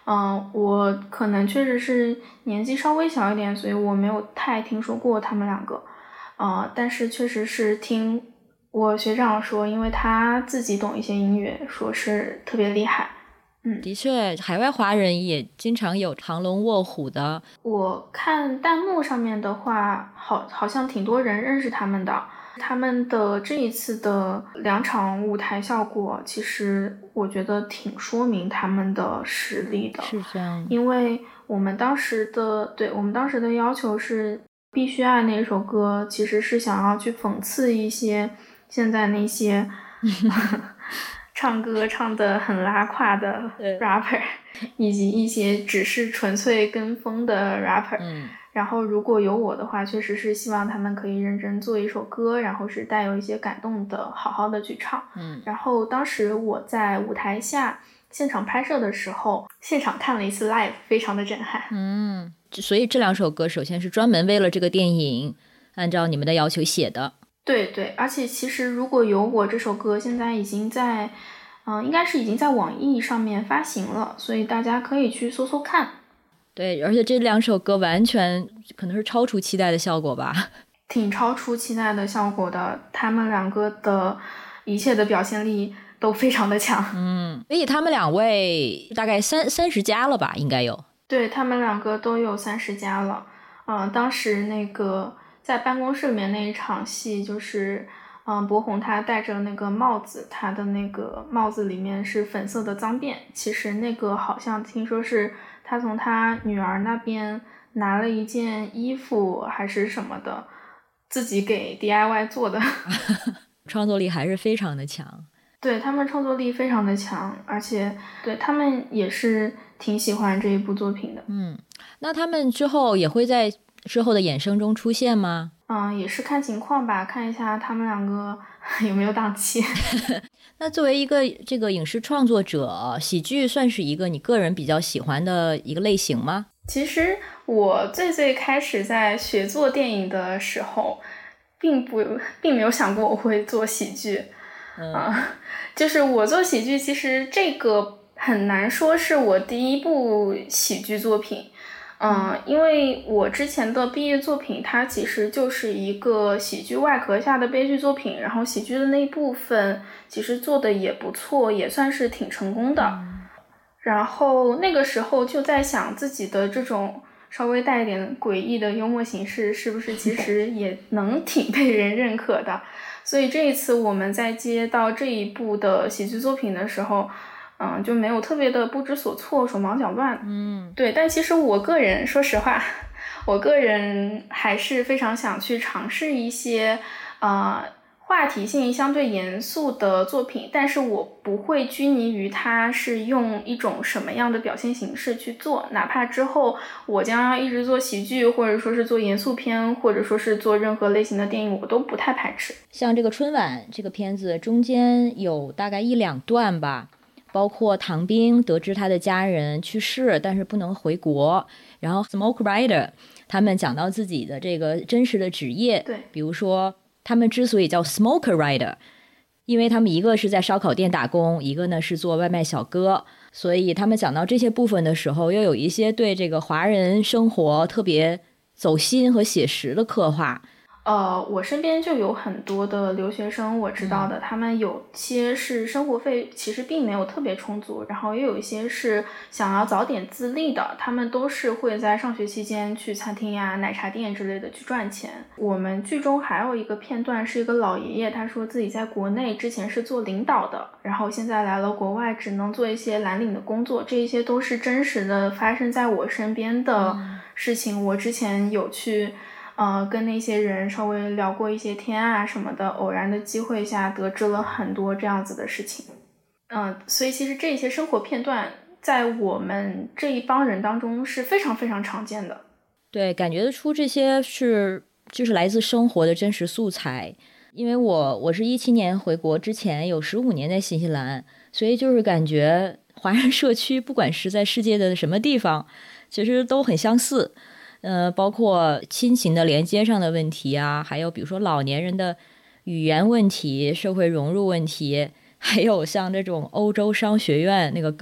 我可能确实是年纪稍微小一点，所以我没有太听说过他们两个。但是确实是听我学长说，因为他自己懂一些音乐，说是特别厉害。 的确，海外华人也经常有藏龙卧虎的。 我看弹幕上面的话，好像挺多人认识他们的。他们的这一次的2场舞台效果，其实我觉得挺说明他们的实力的。 是这样， 因为我们当时的要求是必须爱那首歌，其实是想要去讽刺一些现在那些唱歌唱得很拉胯的 rapper， 以及一些只是纯粹跟风的 rapper。然后如果有我的话，确实是希望他们可以认真做一首歌，然后是带有一些感动的，好好的去唱。然后当时我在舞台下现场拍摄的时候，现场看了一次 live， 非常的震撼。 所以这2首歌首先是专门为了这个电影按照你们的要求写的。 对，而且其实如果有我这首歌现在已经在应该是已经在网易上面发行了，所以大家可以去搜搜看。 对，而且这2首歌完全可能是超出期待的效果吧。 挺超出期待的效果的，他们2个的一切的表现力都非常的强。 所以他们2位大概30加了吧，应该有。 对，他们2个都有30加了。当时那个在办公室里面那一场戏，就是博宏他戴着那个帽子，他的那个帽子里面是粉色的脏辫，其实那个好像听说是他从他女儿那边拿了一件衣服还是什么的，自己给 DIY 做的。 创作力还是非常的强。 对，他们创作力非常的强，而且对他们也是挺喜欢这一部作品的。 那他们之后也会在之后的衍生中出现吗？ 也是看情况吧，看一下他们2个有没有档期。 那作为一个这个影视创作者，喜剧算是一个你个人比较喜欢的一个类型吗？ 其实我最开始在学做电影的时候，并没有想过我会做喜剧。就是我做喜剧，其实这个很难说是我第一部喜剧作品。因为我之前的毕业作品它其实就是一个喜剧外壳下的悲剧作品，然后喜剧的那一部分其实做的也不错，也算是挺成功的。然后那个时候就在想自己的这种稍微带一点诡异的幽默形式是不是其实也能挺被人认可的。所以这一次我们在接到这一部的喜剧作品的时候，就没有特别的不知所措，手忙脚乱。对，但其实我个人说实话，我个人还是非常想去尝试一些话题性相对严肃的作品，但是我不会拘泥于它是用一种什么样的表现形式去做，哪怕之后我将要一直做喜剧，或者说是做严肃片，或者说是做任何类型的电影，我都不太排斥。 像这个春晚这个片子中间有大概1-2段吧，包括唐兵得知他的家人去世但是不能回国，然后 Smoke Rider 他们讲到自己的这个真实的职业。 对， 比如说他们之所以叫 Smoker Rider， 因为他们一个是在烧烤店打工，一个呢是做外卖小哥，所以他们讲到这些部分的时候，又有一些对这个华人生活特别走心和写实的刻画。 我身边就有很多的留学生，我知道的，他们有些是生活费其实并没有特别充足，然后也有一些是想要早点自立的，他们都是会在上学期间去餐厅呀、奶茶店之类的去赚钱。我们剧中还有一个片段是一个老爷爷，他说自己在国内之前是做领导的，然后现在来了国外只能做一些蓝领的工作，这一些都是真实的发生在我身边的事情。我之前有去跟那些人稍微聊过一些天啊什么的，偶然的机会下得知了很多这样子的事情。所以其实这些生活片段在我们这一帮人当中是非常非常常见的。 对，感觉得出这些就是来自生活的真实素材。因为我是17年回国之前有15年在新西兰，所以就是感觉华人社区不管是在世界的什么地方其实都很相似。包括亲情的连接上的问题啊，还有比如说老年人的语言问题、社会融入问题，还有像这种欧洲商学院那个梗，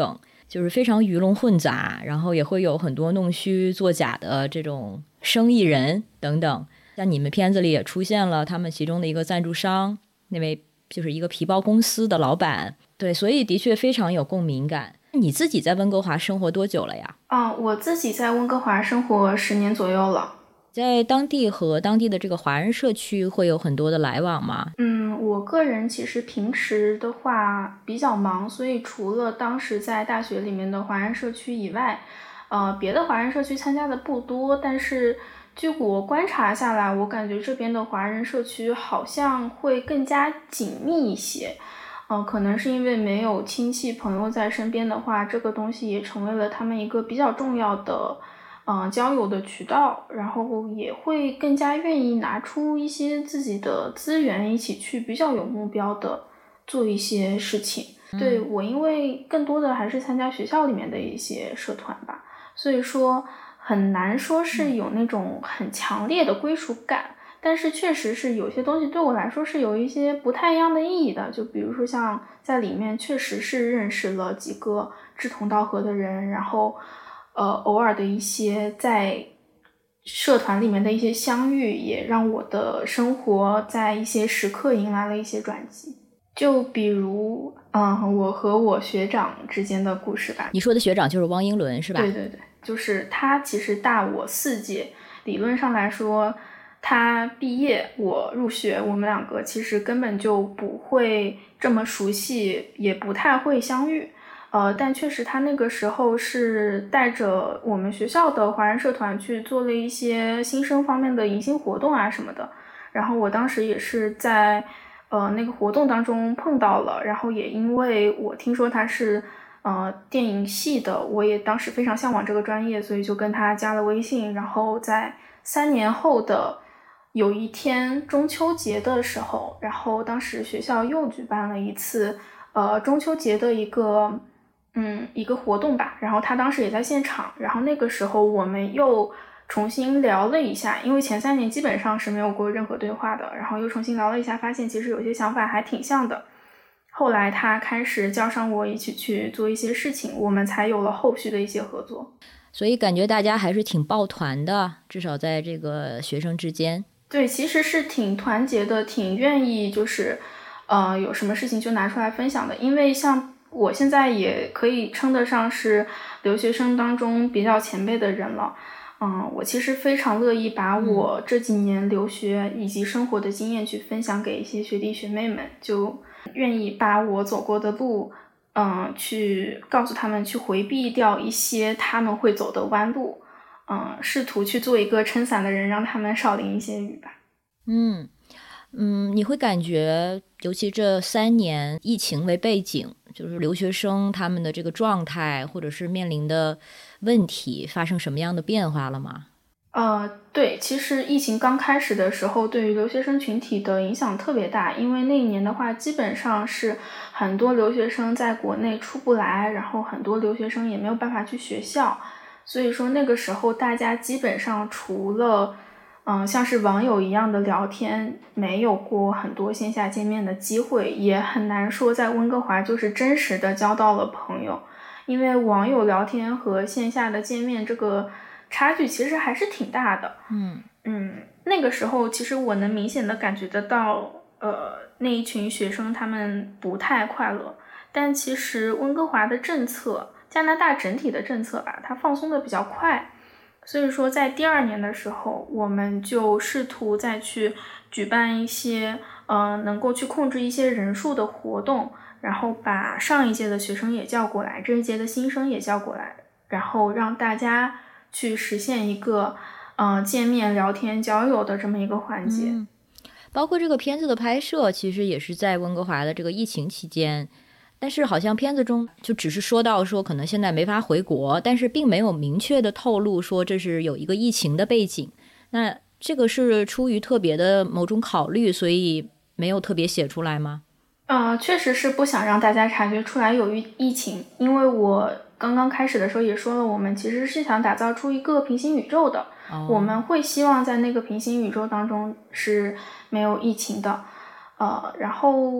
就是非常鱼龙混杂，然后也会有很多弄虚作假的这种生意人等等。像你们片子里也出现了他们其中的一个赞助商，那位就是一个皮包公司的老板。对，所以的确非常有共鸣感。你自己在温哥华生活多久了呀？ 我自己在温哥华生活10年左右了。 在当地和当地的这个华人社区会有很多的来往吗？ 我个人其实平时的话比较忙，所以除了当时在大学里面的华人社区以外，别的华人社区参加的不多，但是据我观察下来，我感觉这边的华人社区好像会更加紧密一些。可能是因为没有亲戚朋友在身边的话，这个东西也成为了他们一个比较重要的交友的渠道，然后也会更加愿意拿出一些自己的资源，一起去比较有目标的做一些事情。对，我因为更多的还是参加学校里面的一些社团吧，所以说很难说是有那种很强烈的归属感。但是确实是有些东西对我来说是有一些不太一样的意义的，就比如说像在里面确实是认识了几个志同道合的人，然后偶尔的一些在社团里面的一些相遇，也让我的生活在一些时刻迎来了一些转机。就比如我和我学长之间的故事吧。 你说的学长就是汪英伦是吧？ 对对对，就是他其实大我4届，理论上来说他毕业我入学，我们两个其实根本就不会这么熟悉，也不太会相遇。但确实他那个时候是带着我们学校的华人社团去做了一些新生方面的迎新活动啊什么的，然后我当时也是在那个活动当中碰到了，然后也因为我听说他是电影系的，我也当时非常向往这个专业，所以就跟他加了微信，然后在3年后的有一天中秋节的时候，然后当时学校又举办了一次中秋节的一个活动吧，然后他当时也在现场，然后那个时候我们又重新聊了一下，因为前3年基本上是没有过任何对话的，然后又重新聊了一下，发现其实有些想法还挺像的。后来他开始叫上我一起去做一些事情，我们才有了后续的一些合作。 所以感觉大家还是挺抱团的，至少在这个学生之间。 对，其实是挺团结的，挺愿意就是有什么事情就拿出来分享的。因为像我现在也可以称得上是留学生当中比较前辈的人了。我其实非常乐意把我这几年留学以及生活的经验去分享给一些学弟学妹们，就愿意把我走过的路去告诉他们，去回避掉一些他们会走的弯路，试图去做一个撑伞的人，让他们少淋一些雨吧。 你会感觉尤其这3年疫情为背景，就是留学生他们的这个状态或者是面临的问题发生什么样的变化了吗？ 对，其实疫情刚开始的时候，对于留学生群体的影响特别大，因为那一年的话，基本上是很多留学生在国内出不来，然后很多留学生也没有办法去学校，所以说那个时候大家基本上除了像是网友一样的聊天，没有过很多线下见面的机会，也很难说在温哥华就是真实的交到了朋友，因为网友聊天和线下的见面这个差距其实还是挺大的。那个时候其实我能明显的感觉得到那一群学生他们不太快乐，但其实温哥华的政策，加拿大整体的政策吧，它放松的比较快，所以说在第2年的时候，我们就试图再去举办一些能够去控制一些人数的活动，然后把上一届的学生也叫过来，这一届的新生也叫过来，然后让大家去实现一个见面聊天交友的这么一个环节。 包括这个片子的拍摄其实也是在温哥华的这个疫情期间，但是好像片子中就只是说到说可能现在没法回国，但是并没有明确的透露说这是有一个疫情的背景。那这个是出于特别的某种考虑，所以没有特别写出来吗？ 确实是不想让大家察觉出来有疫情，因为我刚刚开始的时候也说了，我们其实是想打造出一个平行宇宙的，我们会希望在那个平行宇宙当中是没有疫情的。然后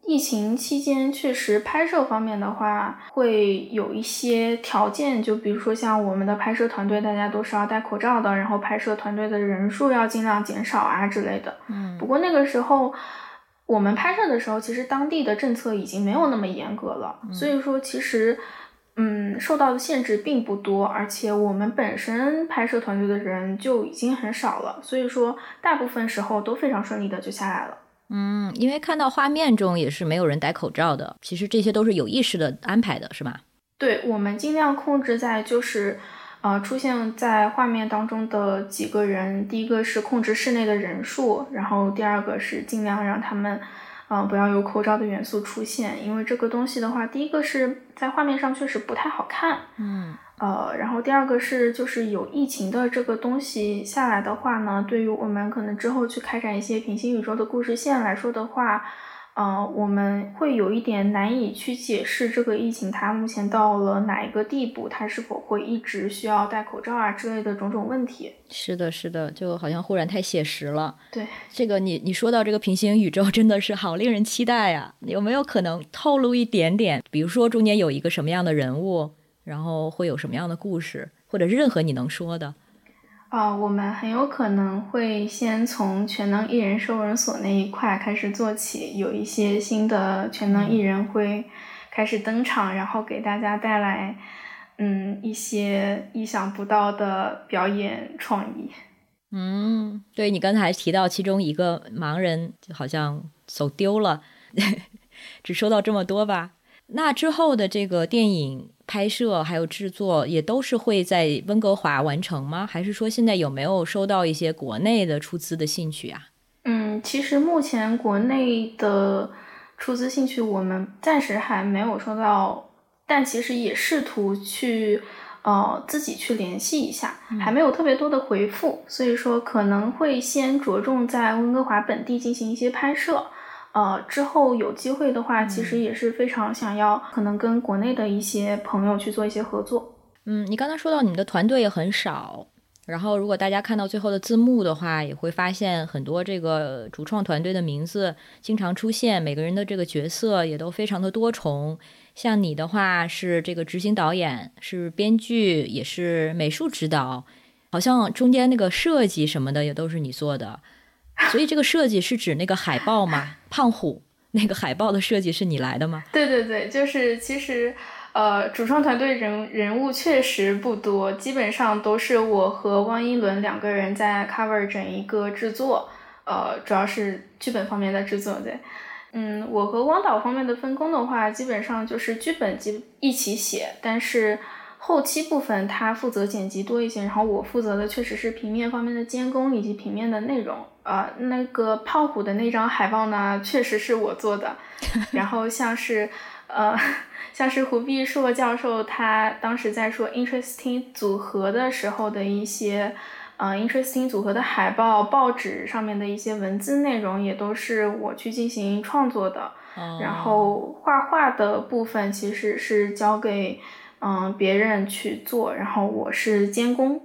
疫情期间确实拍摄方面的话会有一些条件，就比如说像我们的拍摄团队大家都是要戴口罩的，然后拍摄团队的人数要尽量减少啊之类的。不过那个时候我们拍摄的时候，其实当地的政策已经没有那么严格了，所以说其实受到的限制并不多，而且我们本身拍摄团队的人就已经很少了，所以说大部分时候都非常顺利的就下来了。 因为看到画面中也是没有人戴口罩的，其实这些都是有意识的安排的，是吧？ 对，我们尽量控制在就是出现在画面当中的几个人，第一个是控制室内的人数，然后第二个是尽量让他们不要有口罩的元素出现，因为这个东西的话，第一个是在画面上确实不太好看，然后第二个是就是有疫情的这个东西下来的话呢，对于我们可能之后去开展一些平行宇宙的故事线来说的话，我们会有一点难以去解释这个疫情它目前到了哪一个地步，它是否会一直需要戴口罩啊之类的种种问题。 是的，是的，就好像忽然太写实了。 对， 这个你说到这个平行宇宙真的是好令人期待呀！有没有可能透露一点点，比如说中间有一个什么样的人物，然后会有什么样的故事，或者是任何你能说的？ 我们很有可能会先从全能艺人收容所那一块开始做起，有一些新的全能艺人会开始登场，然后给大家带来一些意想不到的表演创意。 对，你刚才还提到其中一个盲人好像走丢了，只说到这么多吧。那之后的这个电影拍摄还有制作也都是会在温哥华完成吗？还是说现在有没有收到一些国内的出资的兴趣啊？ 其实目前国内的出资兴趣我们暂时还没有收到，但其实也试图去自己去联系一下，还没有特别多的回复，所以说可能会先着重在温哥华本地进行一些拍摄。之后有机会的话，其实也是非常想要可能跟国内的一些朋友去做一些合作。 你刚才说到你们的团队也很少，然后如果大家看到最后的字幕的话，也会发现很多这个主创团队的名字经常出现，每个人的这个角色也都非常的多重。像你的话是这个执行导演，是编剧，也是美术指导，好像中间那个设计什么的也都是你做的。所以这个设计是指那个海报吗？胖虎那个海报的设计是你来的吗？ 对对对，就是其实主创团队人物确实不多，基本上都是我和汪一伦两个人在 cover 整一个制作，主要是剧本方面的制作。对，我和汪导方面的分工的话，基本上就是剧本一起写，但是后期部分他负责剪辑多一些，然后我负责的确实是平面方面的监工以及平面的内容。那个胖虎的那张海报呢，确实是我做的。然后像是胡必硕教授他当时在说 interesting 组合的时候的一些interesting 组合的海报、报纸上面的一些文字内容，也都是我去进行创作的。然后画画的部分其实是交给别人去做，然后我是监工。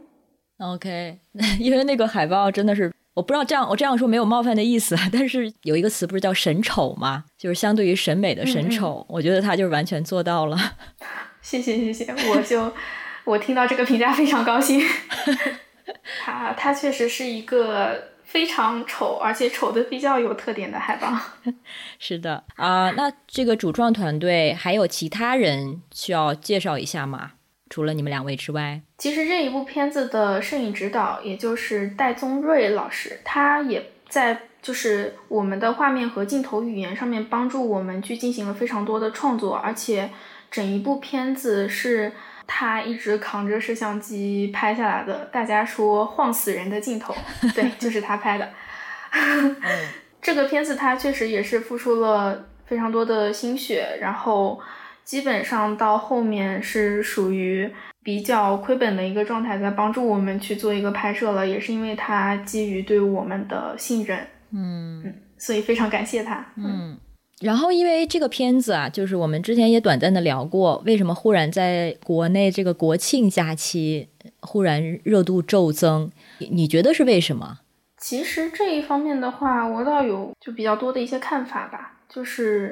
OK， 因为那个海报真的是，我不知道我这样说没有冒犯的意思，但是有一个词不是叫审丑吗？就是相对于审美的审丑，我觉得他就是完全做到了。 谢谢，我听到这个评价非常高兴。他确实是一个非常丑，而且丑的比较有特点的海报。 是的那这个主创团队还有其他人需要介绍一下吗？除了你们两位之外， 其实这一部片子的摄影指导也就是戴宗瑞老师，他也在就是我们的画面和镜头语言上面帮助我们去进行了非常多的创作，而且整一部片子是他一直扛着摄像机拍下来的，大家说晃死人的镜头，对，就是他拍的。这个片子他确实也是付出了非常多的心血，然后基本上到后面是属于比较亏本的一个状态，在帮助我们去做一个拍摄了，也是因为他基于对我们的信任，所以非常感谢他。 然后因为这个片子啊，就是我们之前也短暂的聊过，为什么忽然在国内这个国庆假期忽然热度骤增，你觉得是为什么？ 其实这一方面的话，我倒有就比较多的一些看法吧，就是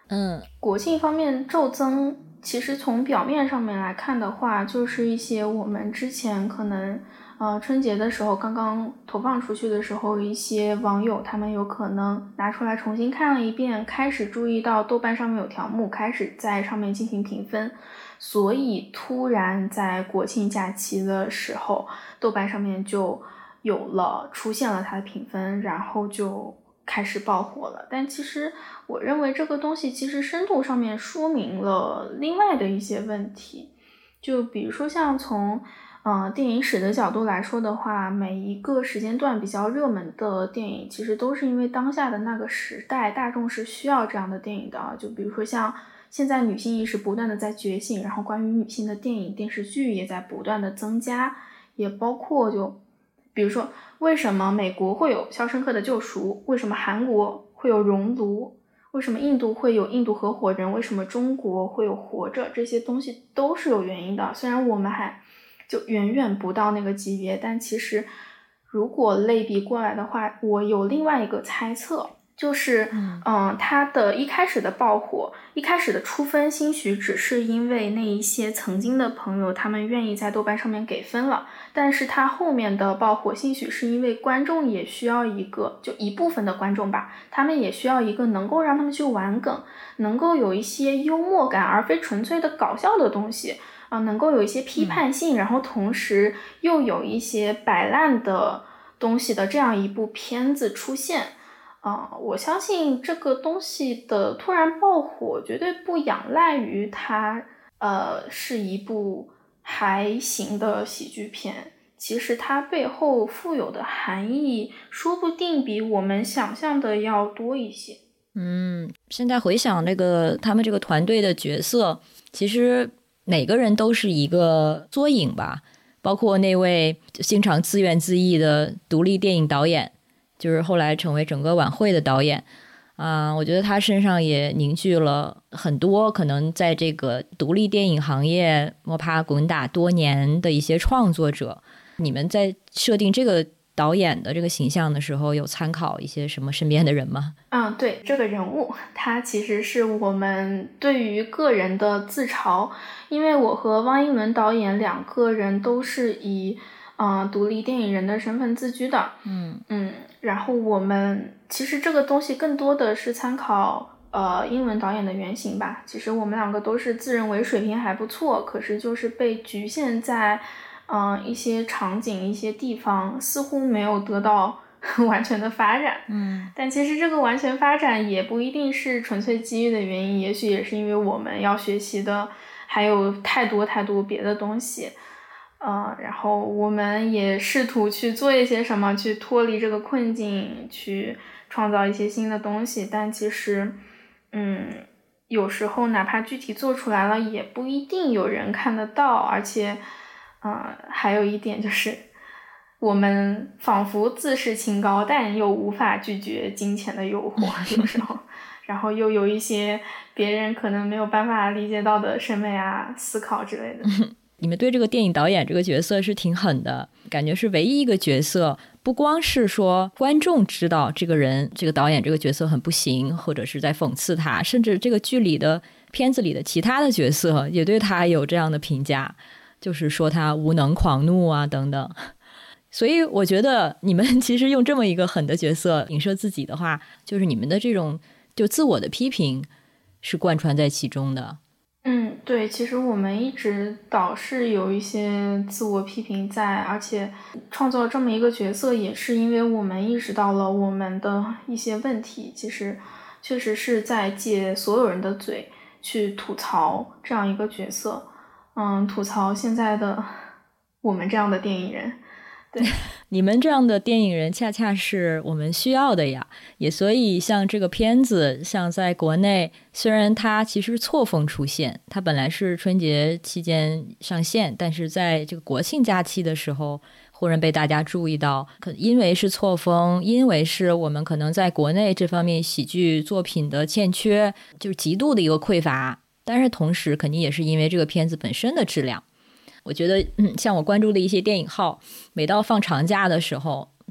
国庆方面骤增，其实从表面上面来看的话，就是一些我们之前可能春节的时候刚刚投放出去的时候，一些网友他们有可能拿出来重新看了一遍，开始注意到豆瓣上面有条目，开始在上面进行评分，所以突然在国庆假期的时候，豆瓣上面就出现了它的评分，然后就开始爆火了。但其实我认为这个东西其实深度上面说明了另外的一些问题，就比如说像从电影史的角度来说的话，每一个时间段比较热门的电影其实都是因为当下的那个时代大众是需要这样的电影的。就比如说像现在女性意识不断的在觉醒，然后关于女性的电影电视剧也在不断的增加，也包括就比如说为什么美国会有肖申克的救赎，为什么韩国会有熔炉，为什么印度会有印度合伙人，为什么中国会有活着，这些东西都是有原因的。虽然我们还就远远不到那个级别，但其实如果类比过来的话，我有另外一个猜测，就是它的一开始的爆火，一开始的出分兴许只是因为那一些曾经的朋友他们愿意在豆瓣上面给分了，但是它后面的爆火兴许是因为观众也需要一个，就一部分的观众吧，他们也需要一个能够让他们去玩梗，能够有一些幽默感而非纯粹的搞笑的东西，能够有一些批判性，然后同时又有一些摆烂的东西的这样一部片子出现。我相信这个东西的突然爆火绝对不仰赖于它是一部还行的喜剧片，其实它背后富有的含义说不定比我们想象的要多一些。 现在回想他们这个团队的角色，其实每个人都是一个缩影吧，包括那位经常自怨自艾的独立电影导演，就是后来成为整个晚会的导演我觉得他身上也凝聚了很多可能在这个独立电影行业摸爬滚打多年的一些创作者。你们在设定这个导演的这个形象的时候，有参考一些什么身边的人吗？ 对，这个人物他其实是我们对于个人的自嘲，因为我和汪英伦导演两个人都是以独立电影人的身份自居的。然后我们其实这个东西更多的是参考英伦导演的原型吧。其实我们两个都是自认为水平还不错，可是就是被局限在一些场景一些地方，似乎没有得到完全的发展。但其实这个完全发展也不一定是纯粹机遇的原因，也许也是因为我们要学习的还有太多太多别的东西。然后我们也试图去做一些什么，去脱离这个困境，去创造一些新的东西，但其实有时候哪怕具体做出来了也不一定有人看得到，而且还有一点就是我们仿佛自视清高，但又无法拒绝金钱的诱惑有时候然后又有一些别人可能没有办法理解到的审美思考之类的。 你们对这个电影导演这个角色是挺狠的，感觉是唯一一个角色，不光是说观众知道这个人这个导演这个角色很不行，或者是在讽刺他，甚至这个剧里的片子里的其他的角色也对他有这样的评价，就是说他无能狂怒等等。所以我觉得你们其实用这么一个狠的角色影射自己的话，就是你们的这种就自我的批评是贯穿在其中的。 对，其实我们一直倒是有一些自我批评在，而且创造这么一个角色也是因为我们意识到了我们的一些问题，其实确实是在借所有人的嘴去吐槽这样一个角色，吐槽现在的我们这样的电影人。对， 你们这样的电影人恰恰是我们需要的呀，也所以像这个片子，像在国内虽然它其实错峰出现，它本来是春节期间上线，但是在这个国庆假期的时候忽然被大家注意到，因为是错峰，因为是我们可能在国内这方面喜剧作品的欠缺，就是极度的一个匮乏，但是同时肯定也是因为这个片子本身的质量。我觉得像我关注的一些电影号，每到放长假的时候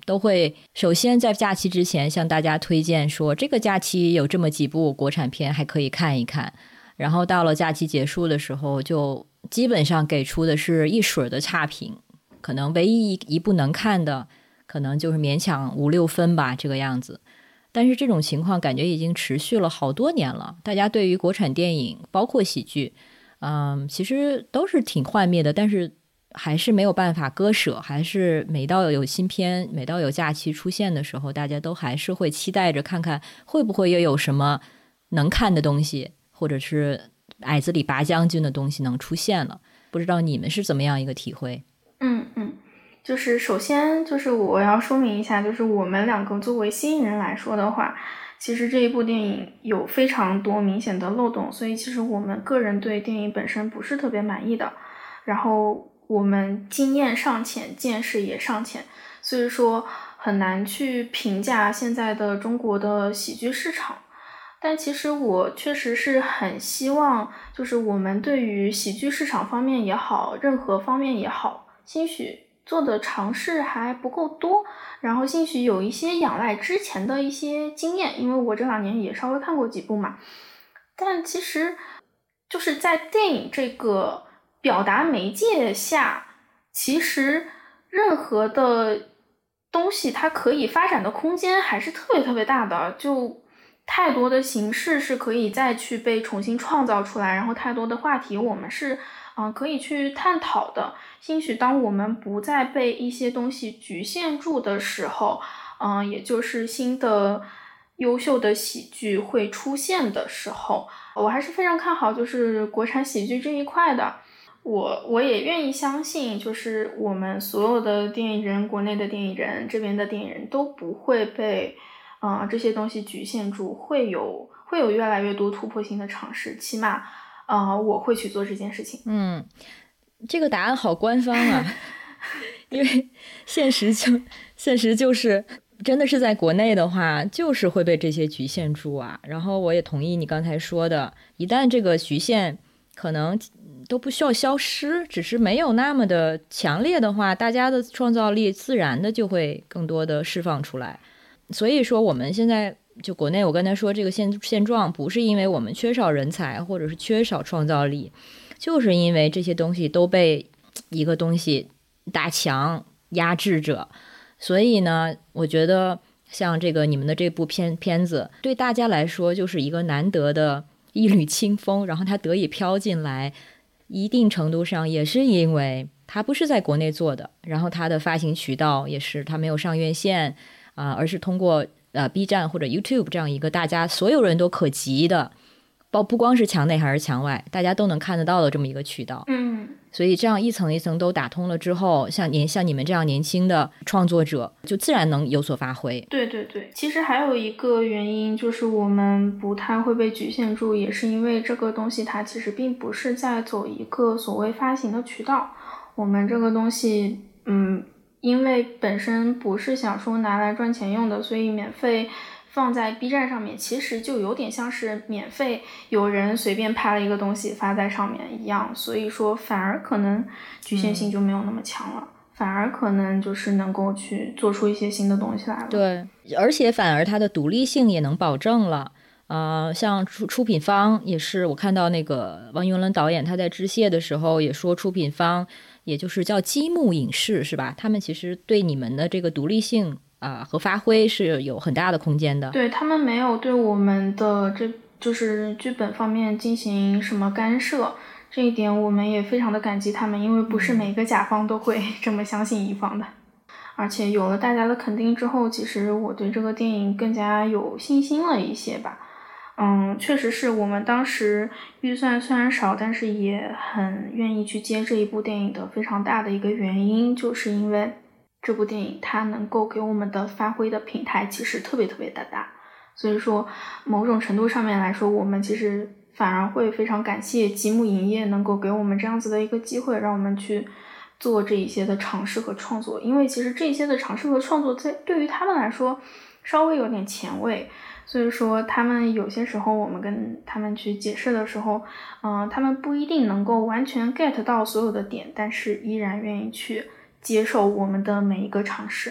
都会首先在假期之前向大家推荐说这个假期有这么几部国产片还可以看一看，然后到了假期结束的时候就基本上给出的是一水的差评，可能唯一一部能看的可能就是勉强5-6分吧这个样子。但是这种情况感觉已经持续了好多年了，大家对于国产电影包括喜剧其实都是挺幻灭的，但是还是没有办法割舍，还是每到有新片，每到有假期出现的时候，大家都还是会期待着看看会不会又有什么能看的东西，或者是矮子里拔将军的东西能出现了。不知道你们是怎么样一个体会？ 就是首先就是我要说明一下，就是我们两个作为新人来说的话，其实这一部电影有非常多明显的漏洞，所以其实我们个人对电影本身不是特别满意的，然后我们经验尚浅，见识也尚浅，所以说很难去评价现在的中国的喜剧市场。但其实我确实是很希望，就是我们对于喜剧市场方面也好，任何方面也好，兴许做的尝试还不够多，然后兴许有一些仰赖之前的一些经验，因为我这2年也稍微看过几部嘛。但其实就是在电影这个表达媒介下，其实任何的东西它可以发展的空间还是特别特别大的，就太多的形式是可以再去被重新创造出来，然后太多的话题我们是可以去探讨的。兴许当我们不再被一些东西局限住的时候，也就是新的优秀的喜剧会出现的时候，我还是非常看好就是国产喜剧这一块的。我也愿意相信，就是我们所有的电影人，国内的电影人，这边的电影人都不会被这些东西局限住，会有越来越多突破性的尝试，起码我会去做这件事情。 这个答案好官方啊因为现实就是真的是在国内的话就是会被这些局限住啊。然后我也同意你刚才说的，一旦这个局限可能都不需要消失，只是没有那么的强烈的话，大家的创造力自然的就会更多的释放出来。所以说我们现在就国内，我刚才说这个现状不是因为我们缺少人才或者是缺少创造力，就是因为这些东西都被一个东西大墙压制着。所以呢我觉得像这个你们的这部片子对大家来说就是一个难得的一缕清风，然后它得以飘进来，一定程度上也是因为它不是在国内做的，然后它的发行渠道也是它没有上院线而是通过B 站或者 YouTube 这样一个大家所有人都可及的，不光是墙内还是墙外大家都能看得到的这么一个渠道。所以这样一层一层都打通了之后，像你们这样年轻的创作者就自然能有所发挥。 对对对，其实还有一个原因就是我们不太会被局限住，也是因为这个东西它其实并不是在走一个所谓发行的渠道。我们这个东西因为本身不是想说拿来赚钱用的，所以免费放在 B 站上面，其实就有点像是免费有人随便拍了一个东西发在上面一样，所以说反而可能局限性就没有那么强了，反而可能就是能够去做出一些新的东西来了。 对，而且反而它的独立性也能保证了。像出品方也是，我看到那个王云伦导演他在致谢的时候也说，出品方也就是叫积木影视是吧，他们其实对你们的这个独立性和发挥是有很大的空间的。 对，他们没有对我们的就是剧本方面进行什么干涉，这一点我们也非常的感激他们，因为不是每个甲方都会这么相信乙方的。而且有了大家的肯定之后，其实我对这个电影更加有信心了一些吧。确实是我们当时预算虽然少，但是也很愿意去接这一部电影的非常大的一个原因，就是因为这部电影它能够给我们的发挥的平台其实特别特别的大，所以说某种程度上面来说，我们其实反而会非常感谢积木影业能够给我们这样子的一个机会，让我们去做这一些的尝试和创作。因为其实这些的尝试和创作对于他们来说稍微有点前卫，所以说他们有些时候我们跟他们去解释的时候他们不一定能够完全 get 到所有的点，但是依然愿意去接受我们的每一个尝试。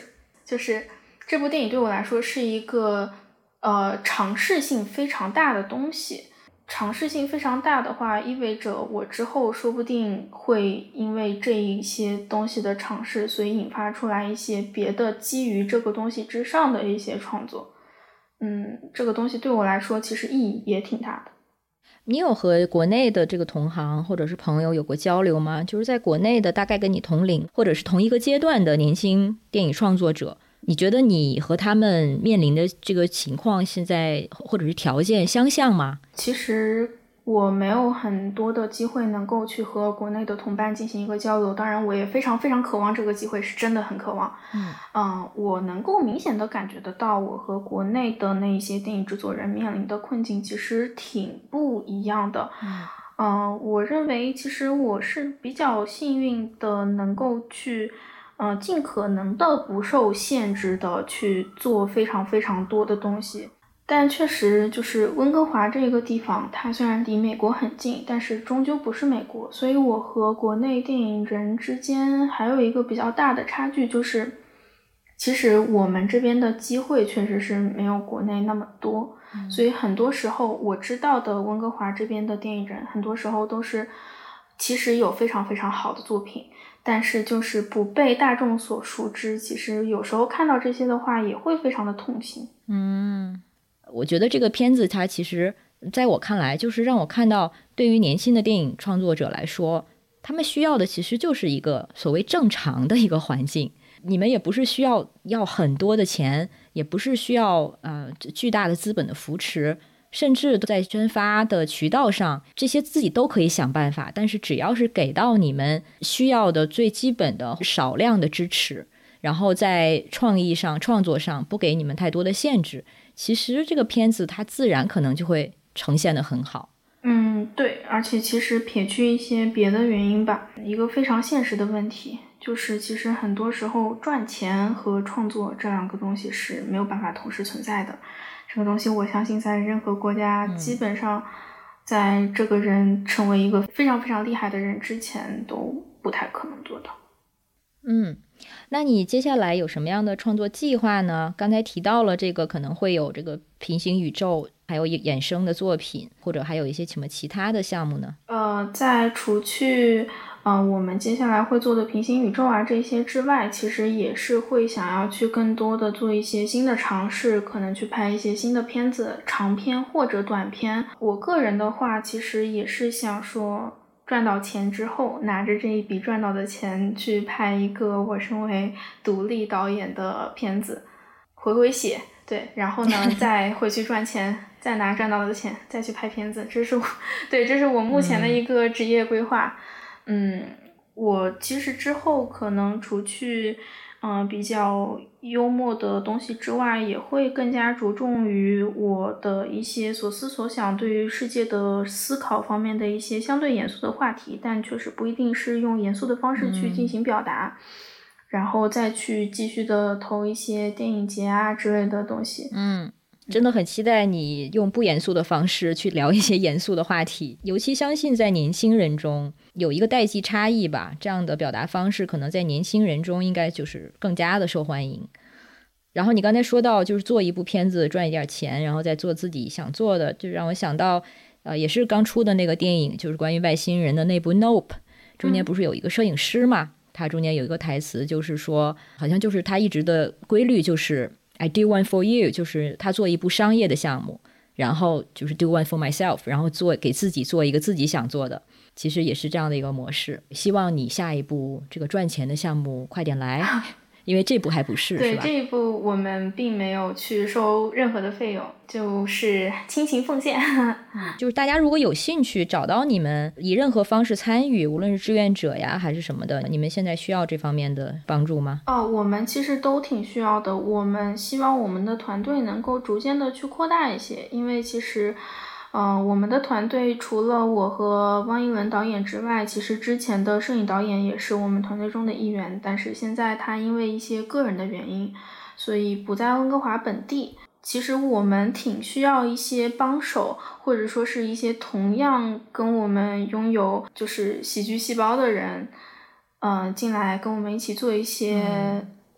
就是这部电影对我来说是一个尝试性非常大的东西。尝试性非常大的话，意味着我之后说不定会因为这一些东西的尝试，所以引发出来一些别的基于这个东西之上的一些创作。这个东西对我来说其实意义也挺大的。 你有和国内的这个同行或者是朋友有过交流吗？就是在国内的大概跟你同龄或者是同一个阶段的年轻电影创作者，你觉得你和他们面临的这个情况现在或者是条件相像吗？ 其实我没有很多的机会能够去和国内的同伴进行一个交流，当然我也非常非常渴望这个机会，是真的很渴望。我能够明显的感觉得到，我和国内的那些电影制作人面临的困境其实挺不一样的。我认为其实我是比较幸运的，能够去尽可能的不受限制的去做非常非常多的东西。但确实就是温哥华这个地方，它虽然离美国很近，但是终究不是美国，所以我和国内电影人之间还有一个比较大的差距，就是其实我们这边的机会确实是没有国内那么多，所以很多时候我知道的温哥华这边的电影人，很多时候都是其实有非常非常好的作品，但是就是不被大众所熟知，其实有时候看到这些的话也会非常的痛心。 我觉得这个片子它其实在我看来就是让我看到对于年轻的电影创作者来说，他们需要的其实就是一个所谓正常的一个环境。你们也不是需要很多的钱，也不是需要巨大的资本的扶持，甚至在宣发的渠道上这些自己都可以想办法，但是只要是给到你们需要的最基本的少量的支持，然后在创意上创作上不给你们太多的限制，其实这个片子它自然可能就会呈现得很好。 对，而且其实撇去一些别的原因吧，一个非常现实的问题就是其实很多时候赚钱和创作这两个东西是没有办法同时存在的。这个东西我相信在任何国家基本上在这个人成为一个非常非常厉害的人之前都不太可能做到。 那你接下来有什么样的创作计划呢？刚才提到了这个可能会有这个平行宇宙，还有衍生的作品，或者还有一些什么其他的项目呢？ 在除去我们接下来会做的平行宇宙啊这些之外，其实也是会想要去更多的做一些新的尝试，可能去拍一些新的片子，长片或者短片。我个人的话其实也是想说赚到钱之后，拿着这一笔赚到的钱去拍一个我身为独立导演的片子，回血，对，然后呢再回去赚钱，再拿赚到的钱再去拍片子，这是我目前的一个职业规划。我其实之后可能除去比较幽默的东西之外，也会更加着重于我的一些所思所想，对于世界的思考方面的一些相对严肃的话题，但确实不一定是用严肃的方式去进行表达，然后再去继续的投一些电影节啊之类的东西。 真的很期待你用不严肃的方式去聊一些严肃的话题，尤其相信在年轻人中有一个代际差异吧，这样的表达方式可能在年轻人中应该就是更加的受欢迎。然后你刚才说到就是做一部片子赚一点钱，然后再做自己想做的，就让我想到也是刚出的那个电影，就是关于外星人的那部 Nope， 中间不是有一个摄影师嘛，他中间有一个台词就是说，好像就是他一直的规律就是 I do one for you， 就是他做一部商业的项目，然后就是 do one for myself， 然后给自己做一个自己想做的，其实也是这样的一个模式。希望你下一部这个赚钱的项目快点来，因为这部还不是， 对， 是吧？ 这一部我们并没有去收任何的费用，就是亲情奉献。 就是大家如果有兴趣找到你们，以任何方式参与，无论是志愿者呀还是什么的，你们现在需要这方面的帮助吗？ 我们其实都挺需要的，我们希望我们的团队能够逐渐的去扩大一些，因为其实我们的团队除了我和汪一文导演之外，其实之前的摄影导演也是我们团队中的一员，但是现在他因为一些个人的原因，所以不在温哥华本地。其实我们挺需要一些帮手，或者说是一些同样跟我们拥有就是喜剧细胞的人进来跟我们一起做一些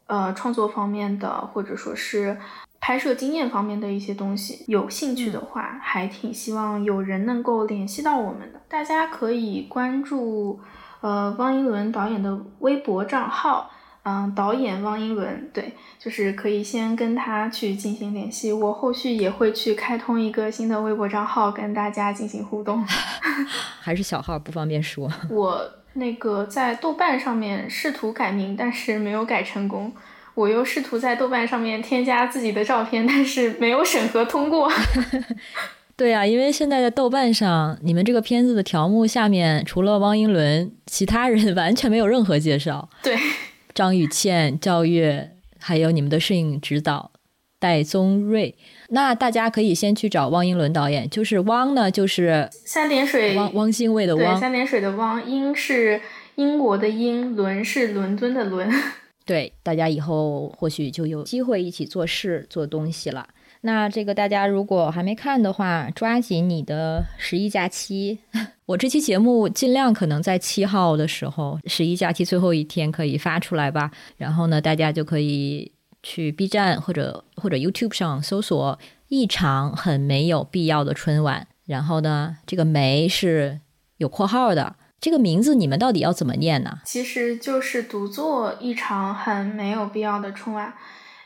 创作方面的，或者说是拍摄经验方面的一些东西，有兴趣的话，还挺希望有人能够联系到我们的。大家可以关注汪英伦导演的微博账号，导演汪英伦，对，就是可以先跟他去进行联系。我后续也会去开通一个新的微博账号，跟大家进行互动。 还是小号不方便说。 我那个在豆瓣上面试图改名，但是没有改成功。我又试图在豆瓣上面添加自己的照片，但是没有审核通过。 对啊，因为现在在豆瓣上，你们这个片子的条目下面除了汪英伦，其他人完全没有任何介绍。 对， 张雨倩、赵月，还有你们的摄影指导戴宗瑞。那大家可以先去找汪英伦导演，就是汪呢就是三点水汪精卫的汪， 对，三点水的汪，英是英国的英，伦是伦敦的伦。 对，大家以后或许就有机会一起做事做东西了。那这个大家如果还没看的话，抓紧你的11假期。我这期节目尽量可能在7号的时候，11假期最后一天可以发出来吧。然后呢，大家就可以去 B 站或者 YouTube 上搜索一场很没有必要的春晚。然后呢，这个没是有括号的。这个名字你们到底要怎么念呢？ 其实就是读作一场很没有必要的春晚。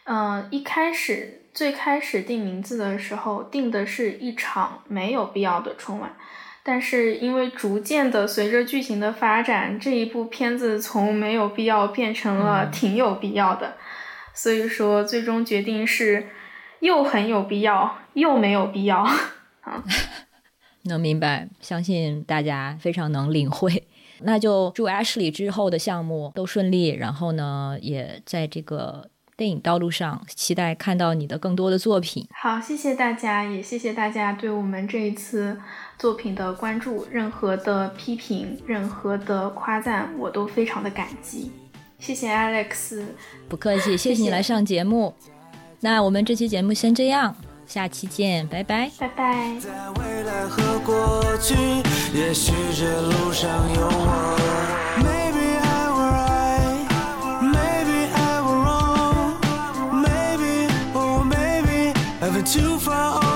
最开始定名字的时候定的是一场没有必要的春晚，但是因为逐渐的随着剧情的发展，这一部片子从没有必要变成了挺有必要的，所以说最终决定是又很有必要又没有必要。 能明白，相信大家非常能领会。那就祝 Ashley 之后的项目都顺利，然后呢也在这个电影道路上期待看到你的更多的作品。 好，谢谢大家，也谢谢大家对我们这一次作品的关注，任何的批评，任何的夸赞我都非常的感激。谢谢 Alex。 不客气，谢谢你来上节目。那我们这期节目先这样，下期见，拜拜， 拜拜。 在未来和过去，也许这路上有我。Maybe I were right, maybe I were wrong, maybe, oh maybe I've been too far